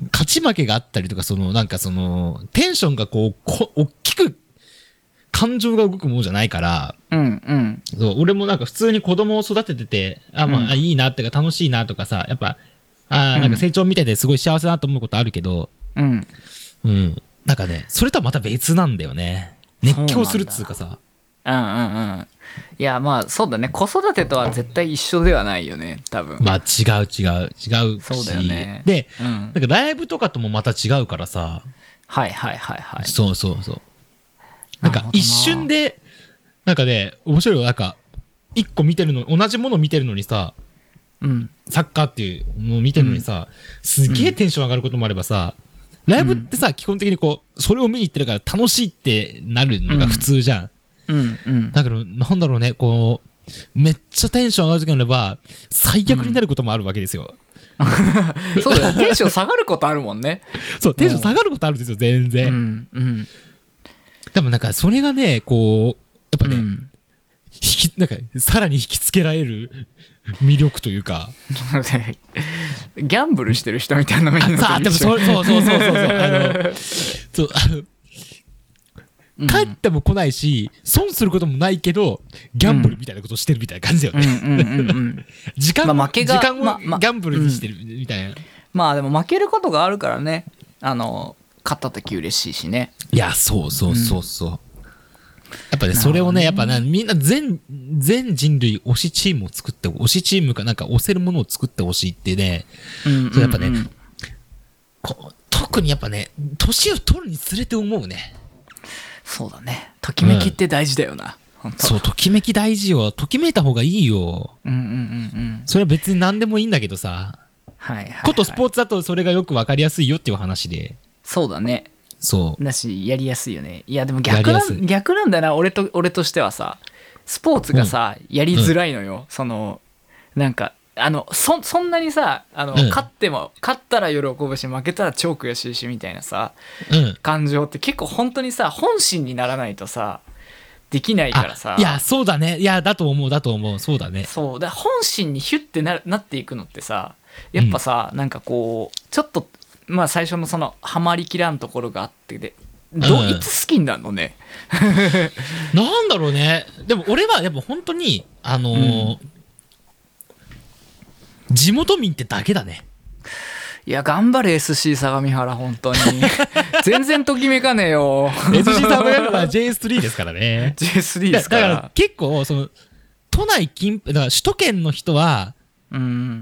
勝ち負けがあったりとか、その、なんかその、テンションがこう、こ大きく、感情が動くものじゃないから、うんうん、そう俺もなんか普通に子供を育ててて、あ、まあ、うん、いいなってか楽しいなとかさ、やっぱ、あなんか成長見ててすごい幸せだなと思うことあるけど、うん。うん。なんかね、それとはまた別なんだよね。熱狂するっつうかさ。 うんうんうん。いや、まあそうだね。子育てとは絶対一緒ではないよね、多分。 まあ違う違う違うし。 そうだよね。 で、うん、なんかライブとかともまた違うからさ。 はいはいはいはい。 そうそうそう。なんか一瞬で、なんかね、面白いよ。なんか、一個見てるの、同じもの見てるのにさ、うん、サッカーっていうのを見てるのにさ、うん、すげえテンション上がることもあればさ、ライブってさ、うん、基本的にこう、それを見に行ってるから楽しいってなるのが普通じゃん。うんうん、だけど、なんだろうね、こう、めっちゃテンション上がる時もあれば、最悪になることもあるわけですよ。 うん、そうだよ、テンション下がることあるもんね。 そう、テンション下がることあるんですよ、全然。うんうんでもなんかそれがねこうやっぱね、うん、引きなんかさらに引きつけられる魅力というかギャンブルしてる人みたいなのがいるのか。でもそうそうそうそうそうそうあのそうあの、うん、帰っても来ないし損することもないけどギャンブルみたいなことをしてるみたいな感じだよね。時間、まあ、負けが時間をギャンブルにしてるみたいな。 まあ、まあ、でも負けることがあるからね。あの勝った時嬉しいしね。 いやそうそうそうそう、うん、やっぱねそれをねやっぱねみんな全全人類推しチームを作って推しチームかなんか推せるものを作ってほしいってね、うんうんうん、やっぱねこ特にやっぱね年を取るにつれて思うね。 そうだね、ときめきって大事だよな、うん、 本当そうときめき大事よ。ときめいた方がいいよ。 うんうんうんうん。 それは別に何でもいいんだけどさ、 はいはいはい、 ことスポーツだとそれがよく分かりやすいよっていう話で。 そうだね。 そうだしやりやすいよね。いやでも逆なん逆なんだな俺と俺としてはさ、スポーツがさ、うん、やりづらいのよ、うん、そのなんかあの そ, そんなにさあの、うん、勝っても勝ったら喜ぶし負けたら超悔しいしみたいなさ、うん、感情って結構本当にさ本心にならないとさできないからさ。 いやそうだね。いやだと思うだと思う。そうだね。 そうだ本心にヒュッて な, なっていくのってさやっぱさ、うん、なんかこうちょっとまあ最初のそのハマりきらんところがあってでど、うん、いつ好きになるのねなんだろうね。でも俺はやっぱ本当にあのーうん地元民ってだけだね。 いや頑張れ エスシー 相模原本当に全然ときめかねえよエスシー 相模原は ジェイスリー ですからねジェイスリー ですから。 だから結構その都内近だから首都圏の人は、うん、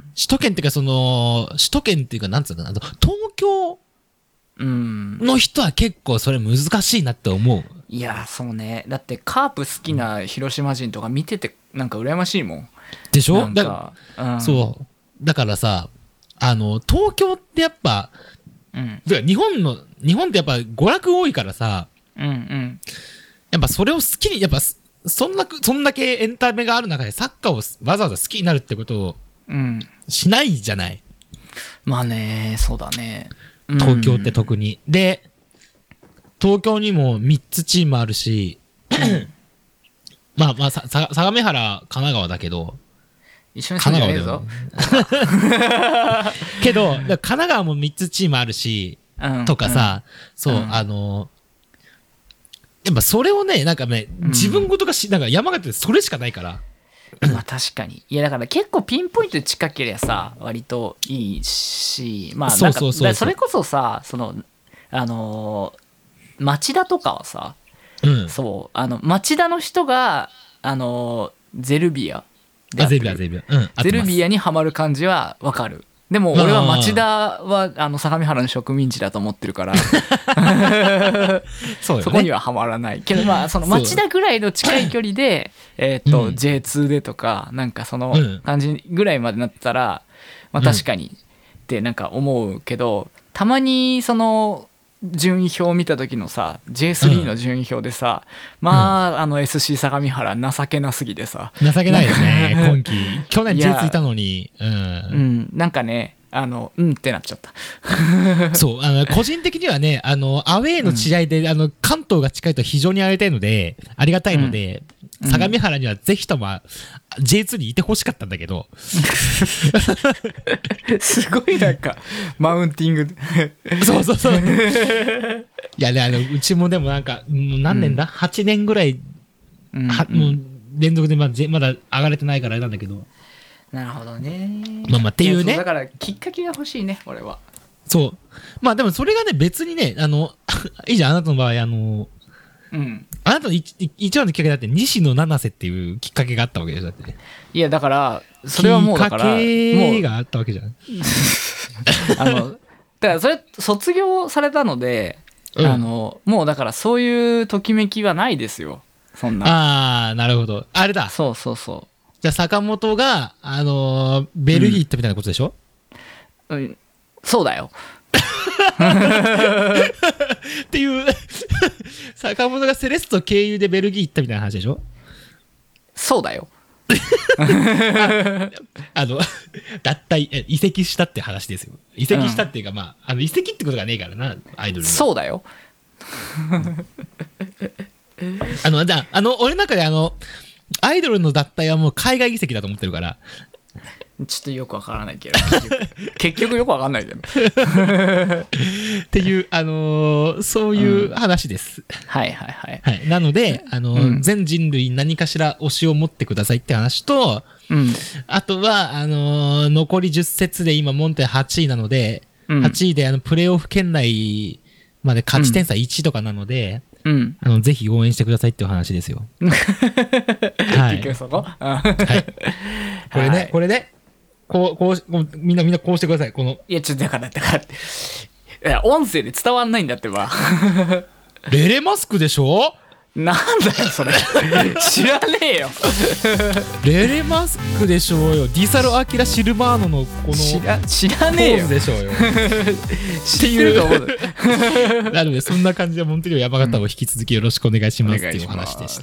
首都圏っていうかその首都圏っていうかなんつうのかな東京の人は結構それ難しいなって思う。 いやそうね。だってカープ好きな広島人とか見ててなんか羨ましいもんでしょ。だから、うん、そうだからさあの東京ってやっぱ、うん、日本の日本ってやっぱ娯楽多いからさ、うんうん、やっぱそれを好きにやっぱそんなそんだけエンタメがある中でサッカーをわざわざ好きになるってことをしないじゃない、 うん、まあねそうだね、 うん、東京って特にで東京にもみっつチームあるしまあまあさ相模原神奈川だけど一緒に住んでないぞけど神奈川もみっつチームあるし、うん、とかさ、うん、そう、うん、あのやっぱそれをねなんかね、うん、自分ごとがしなんか山形ってそれしかないからまあ確かに。いやだから結構ピンポイントで近ければさ割といいしまあなんかそれこそさそのあのー、町田とかはさ、うん、そうあの町田の人があのー、ゼルビアあゼルビアゼルビア、うん、 ゼルビアにハマる感じはわかる。でも俺は町田はあの相模原の植民地だと思ってるからそう、ね、そこにはハマらないけどまあその町田ぐらいの近い距離でえっと ジェイツー でとかなんかその感じぐらいまでなったらまあ確かにってなんか思うけどたまにその順位表を見た時のさ ジェイスリー の順位表でさ、うん、まあ、うん、あの エスシー 相模原情けなすぎてさ情けないですね今季去年 ジェイツー いたのにうん、うん、 なんかねあのうんってなっちゃったそうあの個人的にはねあのアウェーの試合で、うん、あの関東が近いと非常にありがたいのでありがたいので、うん、相模原にはぜひとも ジェイツー にいてほしかったんだけどすごいなんかマウンティングそうそうそういやねあのうちもでもなんかもう何年だ、うん、はちねんぐらい、うん、はもう連続でまだ、まだ上がれてないからあれなんだけど。 なるほどね。 まあまあっていうね。 だからきっかけが欲しいね俺は。 そう。まあでもそれがね別にねあのいいじゃんあなたの場合あの、うん、あなたの一番のきっかけだって西野七瀬っていうきっかけがあったわけでしょだって。 いやだからそれはもうだからもうきっかけがあったわけじゃん。 あのだからそれ卒業されたので、うん、あのもうだからそういうときめきはないですよそんな。 ああなるほどあれだ。 そうそうそう。 じゃあ坂本が、あのー、ベルギー行ったみたいなことでしょ、 うんうん、そうだよっていう坂本がセレッソ経由でベルギー行ったみたいな話でしょ。 そうだよあ, あの脱退移籍したって話ですよ。移籍したっていうか、うん、まあ、あの移籍ってことがねえからなアイドルに。 そうだよあのじゃああの俺の中であのアイドルの脱退はもう海外移籍だと思ってるからちょっとよくわからないけど結局, 結局よくわかんないけどっていうあのー、そういう話です、うん、 はいはいはい、 はい、なので、あのーうん、全人類何かしら推しを持ってくださいって話と、うん、あとはあのー、残りじゅっ節で今モンテはちいなので、うん、はちいであのプレーオフ圏内まあね、勝ち点差いちとかなので、 うん、 あのぜひ応援してくださいっていう話ですよ。 はい、結局そこはい。 これね、はい、これね、こう、こう、こうみんなみんなこうしてください。この。 いや、ちょっとだから、だから、いや、音声で伝わんないんだってば。 レレマスクでしょ？ なんだよそれ知らねえよレレマスクでしょうよ。ディサルアキラシルバーノのこの知ら知らねえよでしょうよ知ってると思うなのでそんな感じでモンテリオ山形を引き続きよろしくお願いしますっていうお話でした、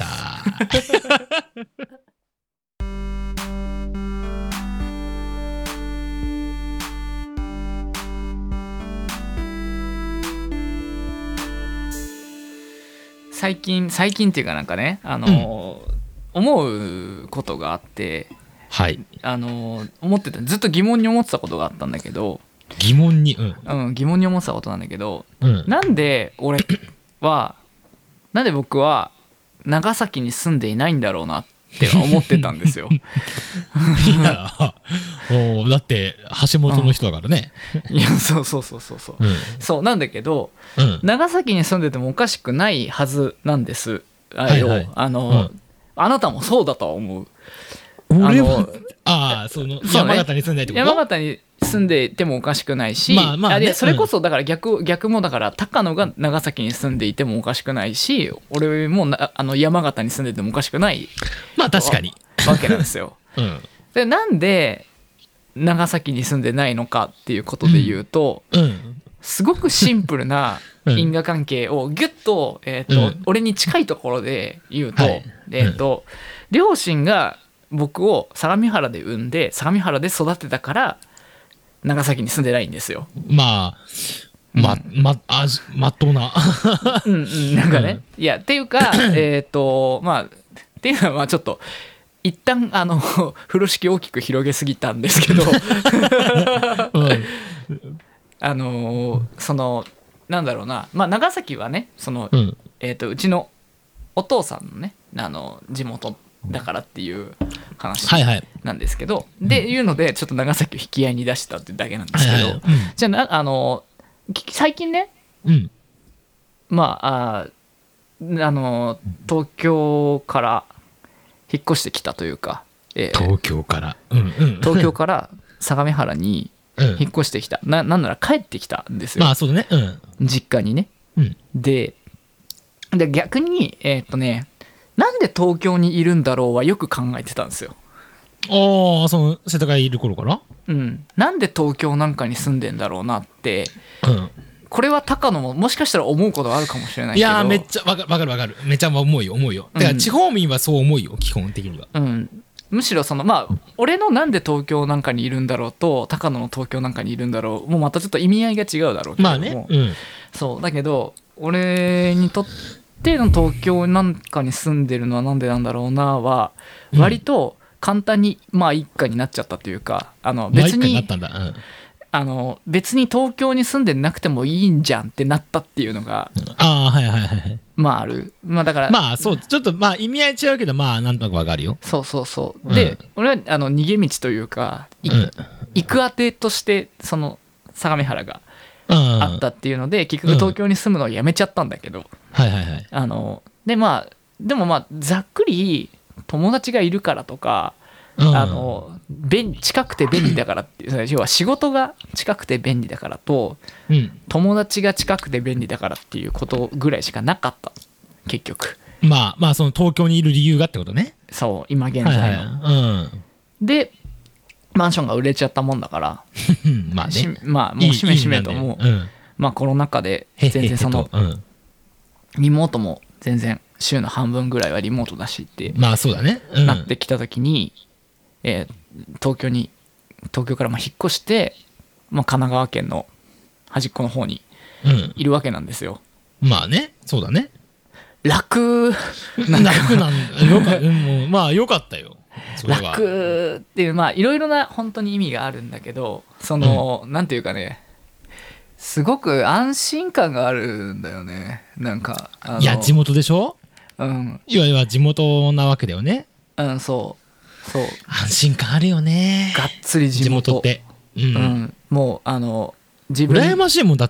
最近最近っていうかなんかね、あの、うん、思うことがあって、 はい、 あの思ってたずっと疑問に思ってたことがあったんだけど、 疑問に、 うんうん、疑問に思ってたことなんだけど、 うん、 なんで俺はなんで僕は長崎に住んでいないんだろうなって思ってたんですよ。 いやおだって橋本の人だからね、 うん、いやそうそうそうそうそう、うん、そうなんだけど、うん、長崎に住んでてもおかしくないはずなんですあれを、はいはい、あの、うん、あなたもそうだとは思う。 俺はああその山形に住んでないってこと？ 山形に住んでいてもおかしくないし、まあまあね、あれそれこそだから逆、うん、逆もだから高野が長崎に住んでいてもおかしくないし、俺もなあの山形に住んでてもおかしくないまあ確かにわけなんですよ、 うん、 でなんで長崎に住んでないのかっていうことで言うと、 うんうん、 すごくシンプルな因果関係をギュッと、えーとうん、俺に近いところで言うと、はい、えーとうん、両親が僕を相模原で産んで相模原で育てたから長崎に住んでないんですよ。 まあま、ま、あ、まっとうなうんうんなんかね、うん、いやっていうかえっとまあっていうのはまあちょっと一旦あの風呂敷大きく広げすぎたんですけど、うん、あのそのなんだろうな、まあ長崎はねその、うん、えっとうちのお父さんのねあの地元だからっていう話なんですけど、はいはい、でいうのでちょっと長崎を引き合いに出したっていうだけなんですけど、はいはいはい、じゃあなあの最近ね、うん、まあ あ, あの東京から引っ越してきたというか、 えー、東京から、うんうん、 東京から相模原に引っ越してきた、うん、な, なんなら帰ってきたんですよ。 まあそうだね、うん、 実家にね、うん、で, で逆にえー、っとねなんで東京にいるんだろうはよく考えてたんですよ。 ああその瀬戸がいる頃から、 うん、なんで東京なんかに住んでんだろうなって、うん、これは高野ももしかしたら思うことあるかもしれないけど、 いやめっちゃわかるわかるわかるめっちゃ思うよ思うよ。だから地方民はそう思うよ、うん、基本的には、 うん、むしろそのまあ俺のなんで東京なんかにいるんだろうと高野の東京なんかにいるんだろうもうまたちょっと意味合いが違うだろうけども、まあね、うん、そうだけど俺にとっての東京なんかに住んでるのはなんでなんだろうなは割と簡単にまあ一家になっちゃったというか、あの別に、 まあ、一家になったんだ、うん、 あの別に東京に住んでなくてもいいんじゃんってなったっていうのが、 うん、ああはいはいはいまああるまあだからまあそうちょっとまあ意味合い違うけどまあなんとなくわかるよ。 そうそうそうで、うん、俺はあの逃げ道というか、うん、行く当てとしてその相模原があったっていうので結局東京に住むのをやめちゃったんだけど、うん、 はいはいはいあのでまあでもまあざっくり友達がいるからとか、うん、あの便近くて便利だからっていう要は仕事が近くて便利だからと、うん、友達が近くて便利だからっていうことぐらいしかなかった結局。 まあまあその東京にいる理由がってことね。 そう今現在の、はいはいうん、でマンションが売れちゃったもんだからまあねまあもうしめしめともう、うん、まあコロナ禍で全然そのへへへと、 うん、リモートも全然週の半分ぐらいはリモートだしってまあそうだね、うん、 なってきた時に、えー、東京に東京からまあ引っ越して、まあ、神奈川県の端っこの方にいるわけなんですよ、 うん、まあねそうだね楽なんか楽なんよかもうまあよかったよ楽っていうまあいろいろな本当に意味があるんだけどその、うん、なんていうかねすごく安心感があるんだよねなんかあのいや地元でしょ、 うん、 いわゆる地元なわけだよね。 うんそうそう安心感あるよねがっつり地元、 地元って、うんうん、もうあの自分羨ましいもんだって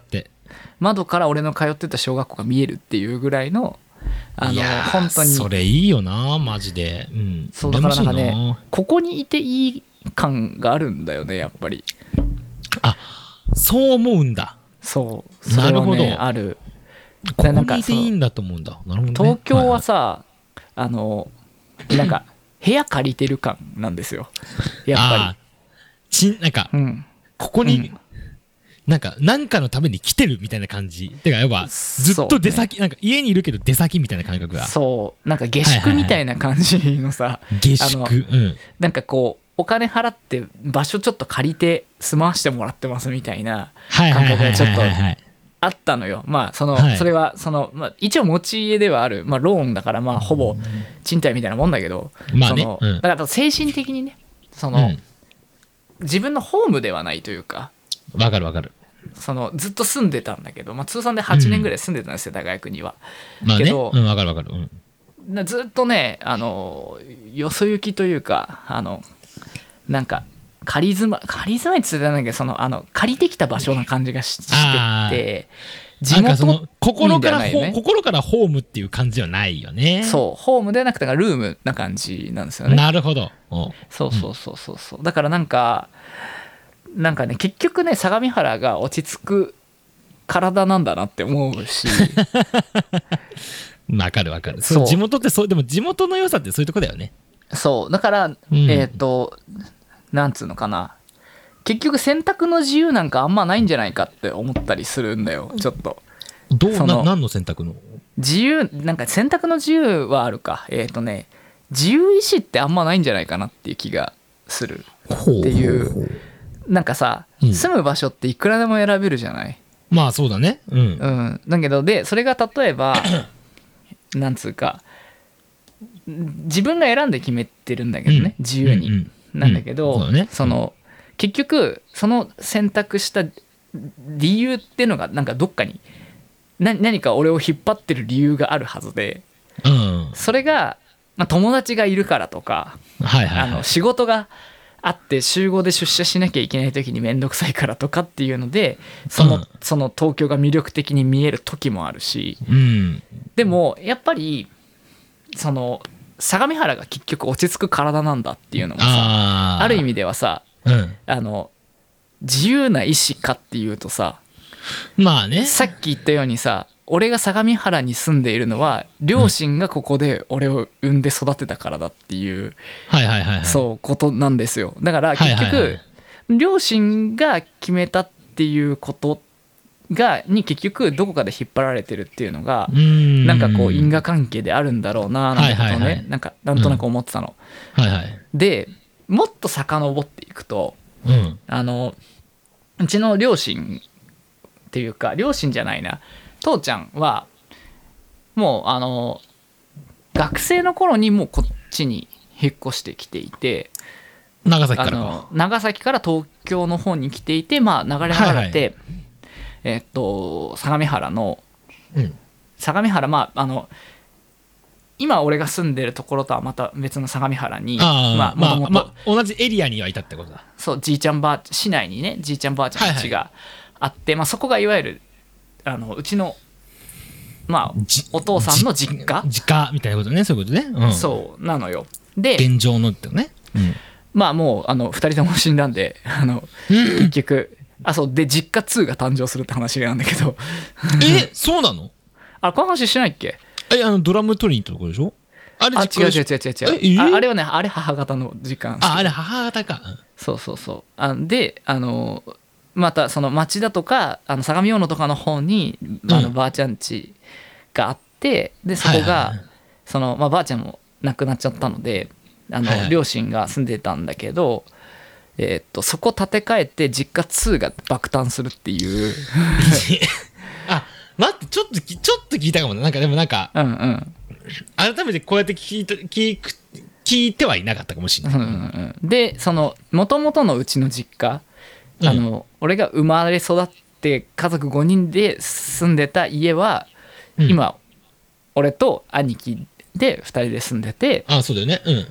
窓から俺の通ってた小学校が見えるっていうぐらいのあの本当にそれいいよなマジで、うん、 そうだからなんかねここにいていい感があるんだよねやっぱり。 あそう思うんだ。 そうそれは、ね、なるほどある。 ここにいていいんだと思うんだ。なるほど、ね、 東京はさ、はい、あのなんか部屋借りてる感なんですよやっぱり。 ちなんか、うん、ここに、うん、なんか何かのために来てるみたいな感じてかやっぱずっと出先、ね、なんか家にいるけど出先みたいな感覚がそうなんか下宿みたいな感じのさ、はいはいはい、 下宿、うん、 なんかこうお金払って場所ちょっと借りて住まわしてもらってますみたいな感覚がちょっとあったのよ。まあその、はい、それはその、まあ、一応持ち家ではある、まあ、ローンだからまあほぼ賃貸みたいなもんだけど、 まあね、 そのうん、 だから精神的にねその、うん、自分のホームではないというかわかるわかるそのずっと住んでたんだけど、まあ、通算ではちねんぐらい住んでたんですよ、うん、大学には。 まあね、 けど、 うん、わかるわかる、 うん、ずっとねあのよそ行きというかあのなんか仮住まい仮住まいって言ってたんだけどそのあの借りてきた場所な感じが し, してて地元その心から、ね、心からホームっていう感じはないよね。 そうホームではなくてルームな感じなんですよね。 なるほど。 そうそうそうそうそう、うん、だからなんかなんかね結局ね相模原が落ち着く体なんだなって思うしわかるわかる。そう地元ってそうでも地元の良さってそういうとこだよね。 そうだから、うん、えっ、ー、となんつうのかな結局選択の自由なんかあんまないんじゃないかって思ったりするんだよちょっと。 どうな何の選択の自由なんか選択の自由はあるかえっ、ー、とね自由意志ってあんまないんじゃないかなっていう気がするっていうなんかさ、うん、住む場所っていくらでも選べるじゃない。 まあそうだねうん、うん、 だけどでそれが例えばなんつうか自分が選んで決めてるんだけどね、うん、自由に、うんうんなんだけど、うん そ, ね、その結局その選択した理由っていうのがなんかどっかに何か俺を引っ張ってる理由があるはずで、うん、それが、まあ、友達がいるからとか、はいはいはい、あの仕事があって週ごで出社しなきゃいけない時にめんどくさいからとかっていうのでその、うん、その東京が魅力的に見える時もあるし、うん、でもやっぱりその相模原が結局落ち着く体なんだっていうのもさ あ, ある意味ではさ、うん、あの自由な意志かっていうとさまあねさっき言ったようにさ俺が相模原に住んでいるのは両親がここで俺を産んで育てたからだっていうそうことなんですよ。だから結局両親が決めたっていうことがに結局どこかで引っ張られてるっていうのがなんかこう因果関係であるんだろうななんてことをねなんかなんとなく思ってたの、うんはいはい、でもっと遡っていくと、うん、あのうちの両親っていうか両親じゃないな父ちゃんはもうあの学生の頃にもうこっちに引っ越してきていて長崎からか長崎から東京の方に来ていてまあ流れ流れて、はいはいえー、っと相模原の、うん、相模原まああの今俺が住んでるところとはまた別の相模原にあまあまあまあ、まあ、同じエリアにはいたってことだ。 そうじいちゃんばあ市内にねじいちゃんばあちゃんたちがあって、はいはいまあ、そこがいわゆるあのうちのまあお父さんの実家実家みたいなことねそういうことね、うん、 そうなのよ。で現状のってね、うん、 まあもうあのふたりとも死んだんであの、うん、結局あそうで実家ツーが誕生するって話なんだけどえそうなのあこの話してないっけえあのドラム取りに行ったところでしょあれあ違う違う違う違う違う あ, あれはねあれ母方の時間ああれ母方かそうそうそうあであのまたその町だとかあの相模大野とかの方にあのばあちゃん家があってでそこがそのまあばあちゃんも亡くなっちゃったのであの両親が住んでたんだけどえー、っとそこ建て替えて実家ツーが爆誕するっていうあ待ってちょっとちょっと聞いたかもななんかでもなんか、うんうん、改めてこうやって聞いと聞く聞いてはいなかったかもしれない、うんうんうん、でその元々のうちの実家あの、うん、俺が生まれ育って家族ごにんで住んでた家は、うん、今俺と兄貴でふたりで住んでてあそうだよねうん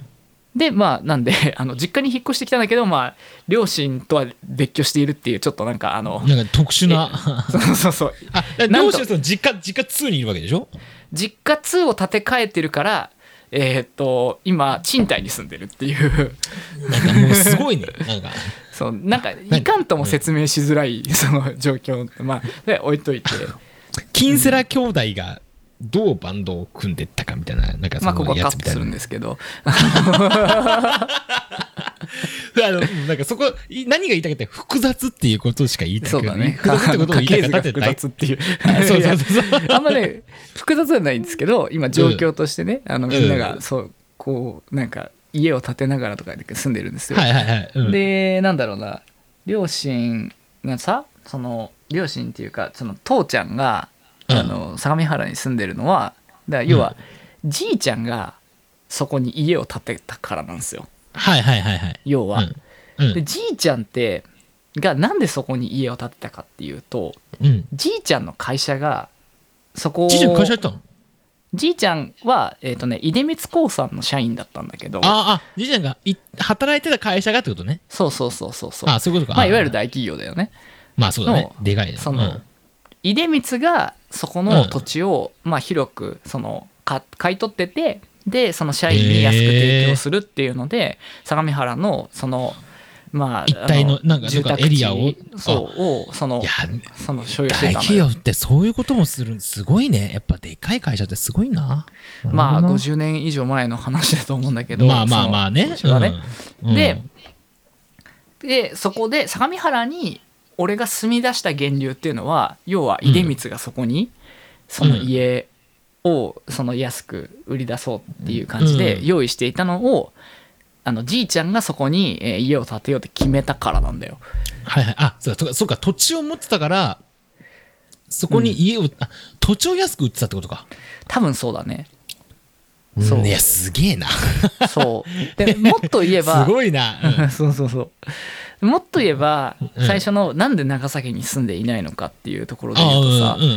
でまあなんであの実家に引っ越してきたんだけど、まあ両親とは別居しているっていうちょっとなんかあのなんか特殊なそうそうそうあ両親はその実家実家にいるわけでしょ。 実家にを建て替えてるからえー、っと今賃貸に住んでるっていうなんかもうすごいねなんかそうなんかいかんとも説明しづらいその状況まあで置いといてキンセラ兄弟がどうバンドを組んでったかみたいななんかそまあここのやつみたいな、 はカットするんですけどあのなんかそこ何が言いたかったら複雑っていうことしか言いたくない。 そうだね複雑ってことを言いたかったって複雑っていうそうそうそうそうあんまね複雑じゃないんですけど今状況としてね、うん、あのみんながそうこうなんか家を建てながらとかで住んでるんですよ。 はいはいはい、うん、でなんだろうな両親がさその両親っていうかその父ちゃんが、うん、あの相模原に住んでるのはだから要は、うん、じいちゃんがそこに家を建てたからなんですよ。 はいはいはいはい。 要は、 うんうん、 でじいちゃんってがなんでそこに家を建てたかっていうと、うん、じいちゃんの会社がそこをじいちゃん会社やったの？ じいちゃんは、えーとね、出光興産の社員だったんだけど、 ああじいちゃんがい働いてた会社がってことね。 そうそうそうそうそう。 あそういうことか。 まあいわゆる大企業だよね。 まあそうだね。でかいね。 その、うん、出光がそこの土地を、うん、まあ広くそのか買い取ってて。でその社員に安く提供するっていうので、えー、相模原のそのまあ一帯のなんか住宅エリアをそうをそのいやその所有してたのよ。 大企業ってそういうこともするすごいね。やっぱでかい会社ってすごいな。 まあごじゅうねん以上前の話だと思うんだけどまあまあまあね。 そねうん、で、でそこで相模原に俺が住み出した源流っていうのは要は出光がそこにその家、うんをその安く売り出そうっていう感じで用意していたのを、うん、あのじいちゃんがそこに家を建てようって決めたからなんだよ。 はいはい。あそうかそうか土地を持ってたからそこに家を、うん、あ土地を安く売ってたってことか。 多分そうだね。 そう、うん、いやすげえな。 そうでもっと言えばすごいな、 うん、そうそうそうもっと言えば最初のなんで長崎に住んでいないのかっていうところで言うとさ、うんうんうん、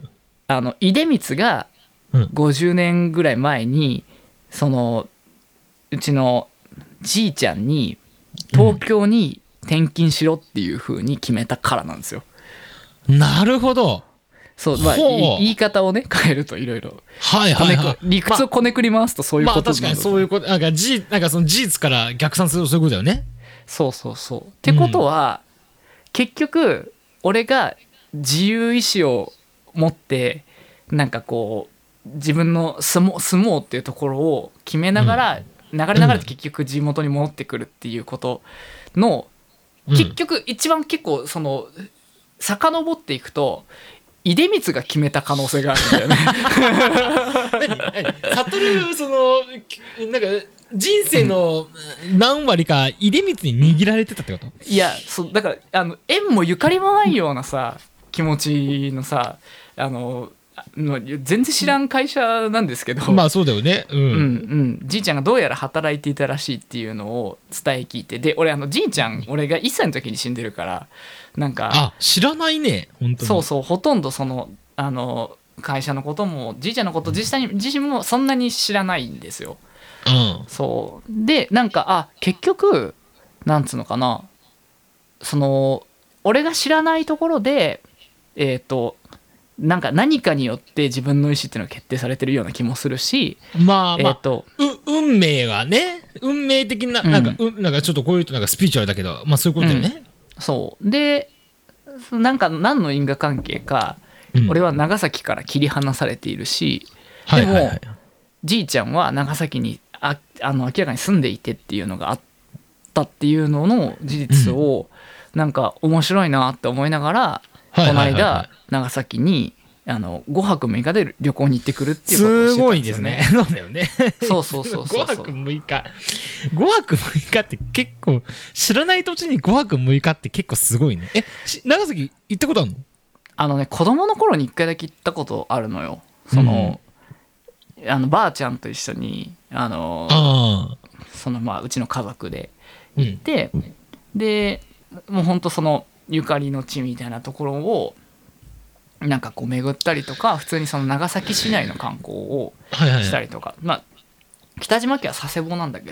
あの出光がごじゅうねんぐらい前にそのうちのじいちゃんに東京に転勤しろっていう風に決めたからなんですよ。 うん、なるほど。 そう、まあ、言い方をね変えるといろいろ理屈をこねくり回すとそういうこと、 まあ、まあ確かにそういうことなんか事なんかその事実から逆算するとそういうことだよね。 そうそうそう。ってことは、うん、結局俺が自由意志を持ってなんかこう自分の住もう、住もうっていうところを決めながら、うん、流れ流れて結局地元に戻ってくるっていうことの、うん、結局一番結構その遡っていくと出光が決めた可能性があるんだよね。 悟そのなんか人生の何割か出光に握られてたってこと？ いやそうだからあの縁もゆかりもないようなさ気持ちのさあの全然知らん会社なんですけどまあそうだよね、うん、うんうんじいちゃんがどうやら働いていたらしいっていうのを伝え聞いてで俺あのじいちゃん俺がいっさいの時に死んでるからなんかあ知らないね本当にそうそうほとんどそのあの会社のこともじいちゃんのこと自身自身もそんなに知らないんですよ、うん、そうでなんかあ結局なんつうのかなその俺が知らないところでえっとなんか何かによって自分の意思っていうのが決定されてるような気もするしまあまあ、えーと、運命がね運命的ななんか、うん、なんかちょっとこういうとなんかスピリチュアルだけどまあそういうことだよね、 うん、そうでなんか何の因果関係か、うん、俺は長崎から切り離されているし、うん、でも、はいはいはい、じいちゃんは長崎にああの明らかに住んでいてっていうのがあったっていうのの事実を、うん、なんか面白いなって思いながらこの間長崎にあのごはくむいかで旅行に行ってくるっていうことをしてたんですよね。 すごいですね。そうだよね。 そうそうそうそう。 ごはくむいか。ごはくむいかって結構知らない土地にごはくむいかって結構すごいね。え、長崎行ったことあるの？ あのね子供の頃にいっかいだけ行ったことあるのよ。その、うん、あのばあちゃんと一緒にあのあそのまあうちの家族で行って、うん、でもうほんとそのゆかりの地みたいなところをなんかこう巡ったりとか普通にその長崎市内の観光をしたりとか、はいはいはい、まあ北島家は佐世保なんだけど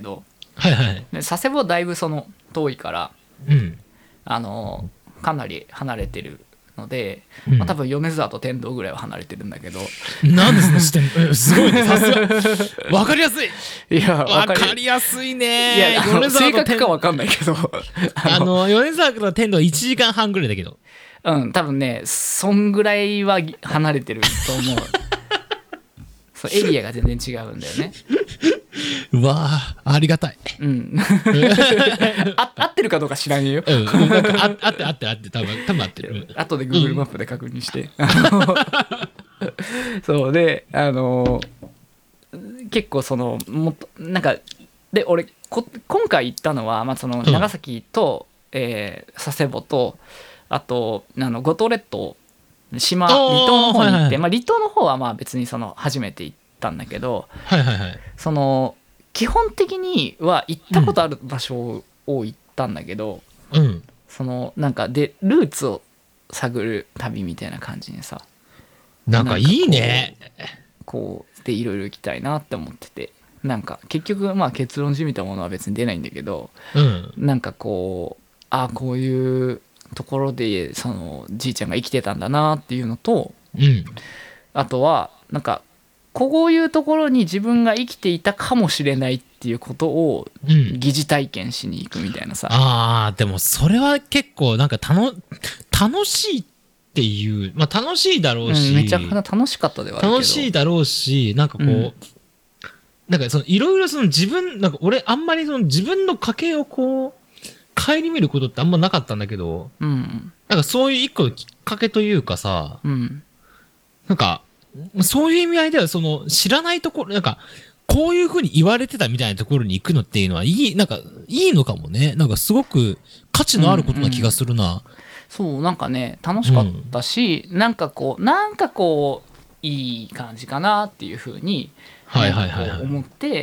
はいはい。 で佐世保だいぶその遠いから、 うん、 あのかなり離れてるので、 うん、 まあ、多分米沢と天童ぐらいは離れてるんだけど、 なんですね、視点すごいね、さすが分かりやすい。 いや分かりやすいね。 いや米沢正確か分かんないけどあの米沢と天童はいちじかんはんぐらいだけど、 うん多分ねそんぐらいは離れてると思うそうエリアが全然違うんだよね。 うわーありがたい。 うんあ合ってるかどうか知らねえよ。 うん、なんかあ合って合って合って多分多分合ってる。 後で Google マップで確認して、うん、そうであの結構そのもっとなんかで俺こ今回行ったのは、まあ、その長崎と、うん、えー、佐世保とあとあの五島列島島離島の方に行って、はいはい、まあ、離島の方はまあ別にその初めて行ったんだけど、 はいはいはい、 その基本的には行ったことある場所を行ったんだけど、 うん、 そのなんかでルーツを探る旅みたいな感じにさ、 なんかいいね、 こうでいろいろ行きたいなって思ってて、なんか結局まあ結論じみたものは別に出ないんだけど、 うん、 なんかこうああこういうところでそのじいちゃんが生きてたんだなっていうのと、 うん、 あとはなんかこういうところに自分が生きていたかもしれないっていうことを疑似体験しに行くみたいなさ、 うん、あーでもそれは結構なんかたの楽しいっていう、まあ楽しいだろうし、 うん、めちゃくちゃ楽しかったではあるけど、 楽しいだろうし、なんかこう、うん、なんかそのいろいろその自分なんか俺あんまりその自分の家系をこう顧みることってあんまなかったんだけど、 うん、 なんかそういう一個のきっかけというかさ、 うん、 なんかそういう意味合いではその知らないところなんかこういう風に言われてたみたいなところに行くのっていうのはいいなんかいいのかもね。なんかすごく価値のあることな気がするな。うんうん、 そうなんかね楽しかったし、うん、なんかこうなんかこういい感じかなっていう風に思って、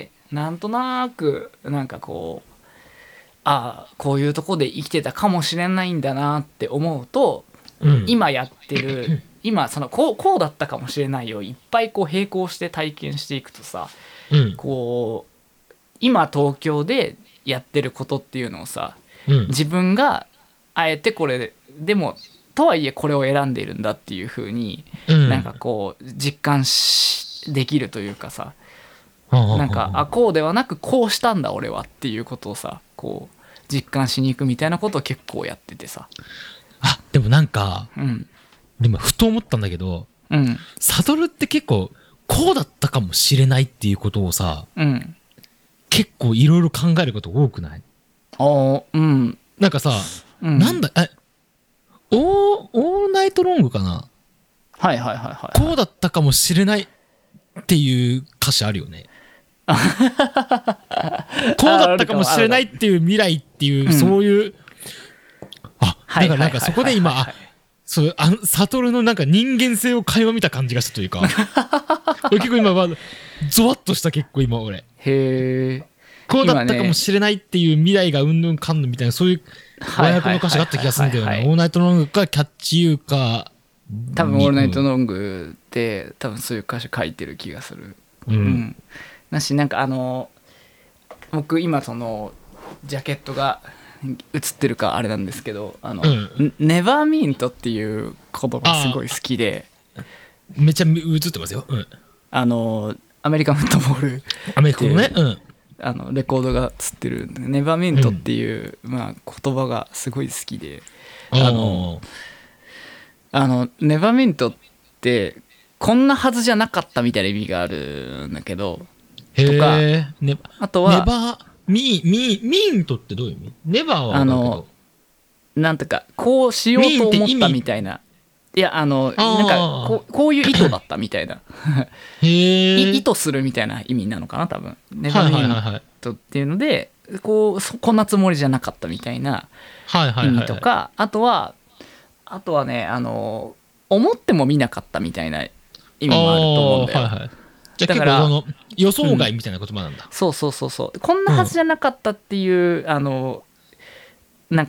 なんとなくなんかこうああこういうとこで生きてたかもしれないんだなって思うと、うん、今やってる今そのこう、こうだったかもしれないよいっぱいこう並行して体験していくとさ、うん、こう今東京でやってることっていうのをさ、うん、自分があえてこれでもとはいえこれを選んでいるんだっていう風に、うん、なんかこう実感しできるというかさ、なんかあこうではなくこうしたんだ俺はっていうことをさこう実感しに行くみたいなことを結構やっててさ、 あでもなんか、 うん、 でもふと思ったんだけど、 うん、 サドルって結構こうだったかもしれないっていうことをさ、 うん、 結構いろいろ考えること多くない？ あうん、 なんかさ、うん、なんだえオーオールナイトロングかな、 はいはいはいはい、はい、 こうだったかもしれないっていう歌詞あるよねこうだったかもしれないっていう未来っていう、うん、そういうあだからなんかそこで今あそうあのサトルのなんか人間性を垣間見た感じがしたというか結構今はゾワッとした結構今俺へえこうだったかもしれないっていう未来がうんぬんかんぬんみたいなそういう和訳の歌詞があった気がするんだよね。オールナイトロングかキャッチユーか多分オールナイトロングって多分そういう歌詞書いてる気がする。 うん、うん、 だしなんかあの僕今そのジャケットが映ってるかあれなんですけどあの、うん、ネバーミントっていう言葉すごい好きでめっちゃ映ってますよ、うん、 あのアメリカンフットボールアメリカのね、うん、 あのレコードが映ってるネバーミントっていう、うんまあ、言葉がすごい好きであのあのネバーミントってこんなはずじゃなかったみたいな意味があるんだけどとか、 ね、 あとはネバーミミミントってどういう意味？ネバーはあのなんとかこうしようと思ったみたいな、いやあのなんかこう、こういう意図だったみたいなへ意図するみたいな意味なのかな多分ネバーミントっていうのでこうこんなつもりじゃなかったみたいな意味とか、あとはあとはねあの思っても見なかったみたいな意味もあると思うんだよ。 はいはい、じゃあ結構その予想外みたいな言葉なんだ、うん、 そうそうそうそうこんなはずじゃなかったっていう、うん、あのなんか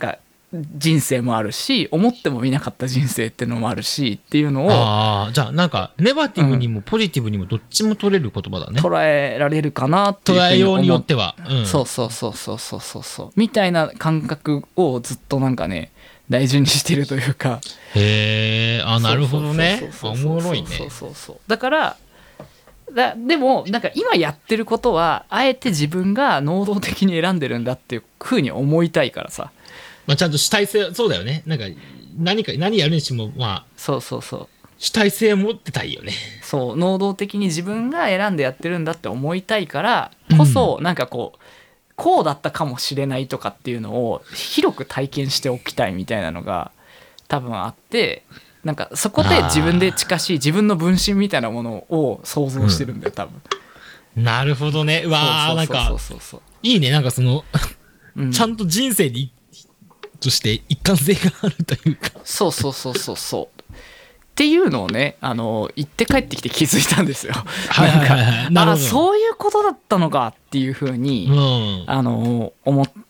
人生もあるし、思ってもみなかった人生っていうのもあるしっていうのを、 ああ、じゃあなんかネガティブにもポジティブにもどっちも取れる言葉だね。 捉えられるかなっていうふうに捉えようによ思っっては、うん、 そうそうそうそうそうそうそうみたいな感覚をずっとなんかね大事にしてるというか。 へえ、あ、なるほどね。おそうそうそうそうもろいね。 そうそうそうだからだでもなんか今やってることはあえて自分が能動的に選んでるんだっていうふうに思いたいからさ。 まあ、ちゃんと主体性、そうだよね。なんか何か何やるにしても、まあそうそうそう主体性持ってたいよね。 そう能動的に自分が選んでやってるんだって思いたいからこそ、なんかこうこうだったかもしれないとかっていうのを広く体験しておきたいみたいなのが多分あって、なんかそこで自分で近しい自分の分身みたいなものを想像してるんだよ多分、 うん、なるほどね。うわー、なんかいいね。なんかその、うん、ちゃんと人生にとして一貫性があるというか、 そうそうそうそうそうっていうのをね、あの行って帰ってきて気づいたんですよ。 はいはいはいはい、 なんかあそういうことだったのかっていうふうに、 うん、 あの思って、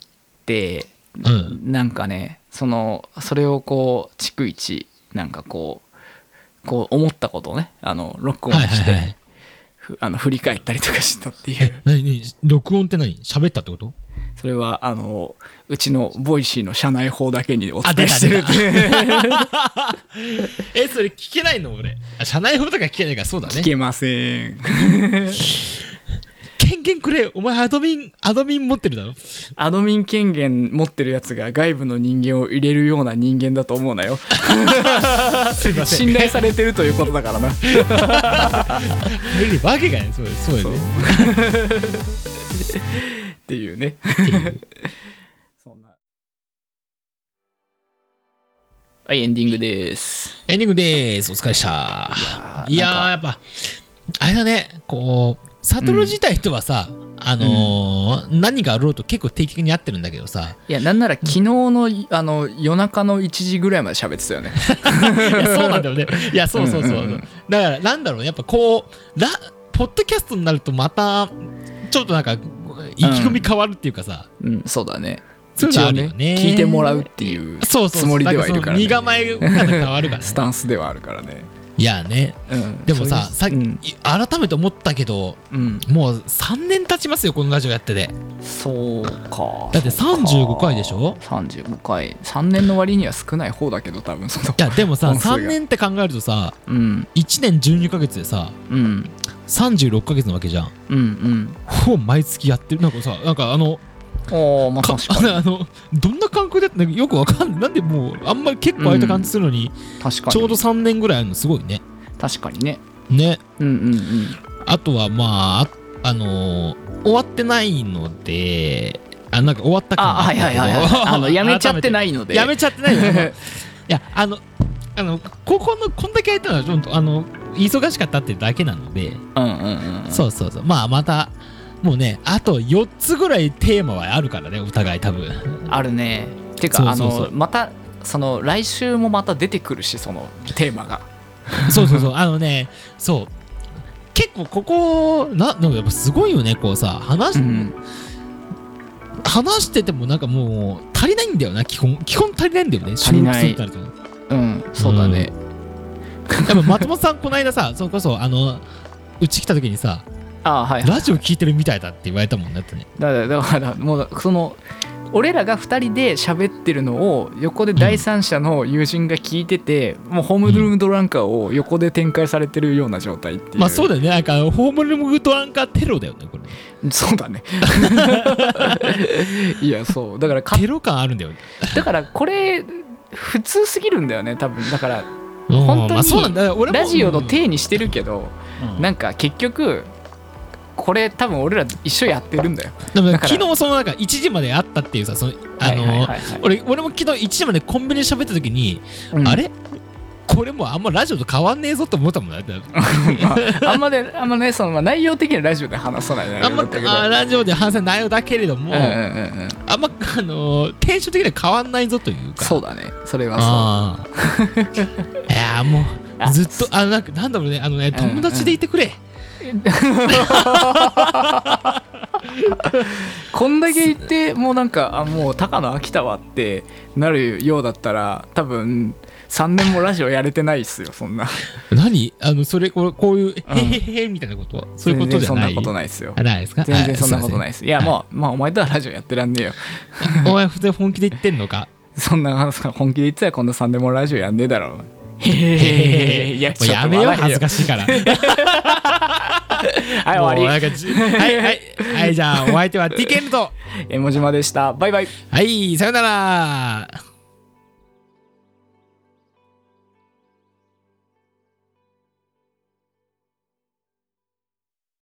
うん、なんかねそのそれをこう逐一なんかこうこう思ったことをねあの録音して、はいはいはい、あの振り返ったりとかしたっていう。 え、何録音って何喋ったってこと？ それはあのうちのボイシーの社内法だけにお伝えしてるってえ、それ聞けないの俺。社内法とか聞けないから。そうだね。 聞けません。 権限くれ。お前アドミンアドミン持ってるだろ。 アドミン権限持ってるやつが外部の人間を入れるような人間だと思うなよ。すいません。信頼されてるということだからな。 入るわけがない。そうですそうですね。 っていうね。そんな。はい、エンディングです。 エンディングです。お疲れでした。いやー、やっぱあれだね、こうサトル自体とはさ、うん、あのーうん、何があろうと結構定期的に会ってるんだけどさ、 いやなんなら昨日の、うん、あの夜中のいちじぐらいまで喋ってたよね。 いやそうなんだよね。いやそうそうそう、うんうんうん、だからなんだろうね、やっぱこうラポッドキャストになるとまたちょっとなんか意気込み変わるっていうかさ、 うん、うん、そうだね。 一応ね聞いてもらうっていうつもりではいるからね。 身構え方変わるからね。 スタンスではあるからね。 いやね、うん、でもささっき、うん、改めて思ったけど、うん、もうさんねん経ちますよこのラジオやってて。 そうか。 だってさんじゅうごかいでしょ。 さんじゅうごかい、さんねんの割には少ない方だけど多分その。いやでもささんねんって考えるとさ、うん、いちねんじゅうにかげつでさ、うん、さんじゅうろっかげつなわけじゃん。うんうん。ほぼ毎月やってる。なんかさ、なんかあのあ、まあ、確かにあのどんな感覚でってよくわかんない。なんでもうあんまり結構空いた感じするのに、うん、確かにちょうどさんねんぐらいあるのすごいね。 確かにね。 ね。 うんうんうん。 あとはまああのー、終わってないので、あなんか終わった感あはいはいはい、はい、あのやめちゃってないので。 やめちゃってないので。いやあのあのここのこんだけ空いたのはちょっとあの忙しかったってだけなので。 うんうんうん、うん。 そうそうそう。まあまた。もうね、あとよっつぐらいテーマはあるからね、お互い多分。 あるね。てか、あの、また、その、来週もまた出てくるし、そのテーマが。 そうそうそう、あのね、そう。結構ここ、な、なんかやっぱすごいよね、こうさ、話、うん、話しててもなんかもう足りないんだよな、基本。基本足りないんだよね、 足りない。うん、そうだね。 うん、やっぱ松本さん、この間さ、それこそ、あの、うち来た時にさ、 ああはいはい、 ラジオ聞いてるみたいだって言われたもんね。 だからだからもうその俺らがふたりで喋ってるのを横で第三者の友人が聞いてて、うん、もうホームルームドランカーを横で展開されてるような状態っていう。 まあそうだよね。なんかホームルームドランカーテロだよねこれ。 そうだね。いやそうだからテロ感あるんだよね。 だからこれ普通すぎるんだよね多分。だから本当にラジオの体にしてるけど、うん、なんか結局これ多分俺ら一緒やってるんだよ。 でも昨日そのなんかいちじまであったっていうさ、そのあの俺俺も昨日いちじまでコンビニで喋った時に、うん、あれこれもうあんまラジオと変わんねえぞと思ったもんね。 まあ、あんまねあんまねその、まあ、内容的にはラジオで話さないね。 あんまあラジオで話せない内容だけれども、うんうんうんうん、あんまあのテンション的には変わんないぞというか。 そうだね。それはそう。 いやもうずっとあのなんかなんだろうねあのね友達でいてくれ。うんうんこんだけ言ってもうなんかあもう高野飽きたわってなるようだったら多分さんねんもラジオやれてないっすよそんな。 何あのそれこうこういうへへへへみたいなこと、そういうことじゃない。 全然そんなことないっすよ。 あないですか。 全然そんなことないっす。いやもううまあお前とはラジオやってらんねえよ。 お前普通に本気で言ってんのか。 そんな本気で言ってたらこんなさんねんもラジオやんねえだろ。へへへへ。いやもうやめよう恥ずかしいから。 はい終わり。 はいはいはいじゃあお相手は ティーケーエヌ とエモジマでした。バイバイ。 はいさよなら。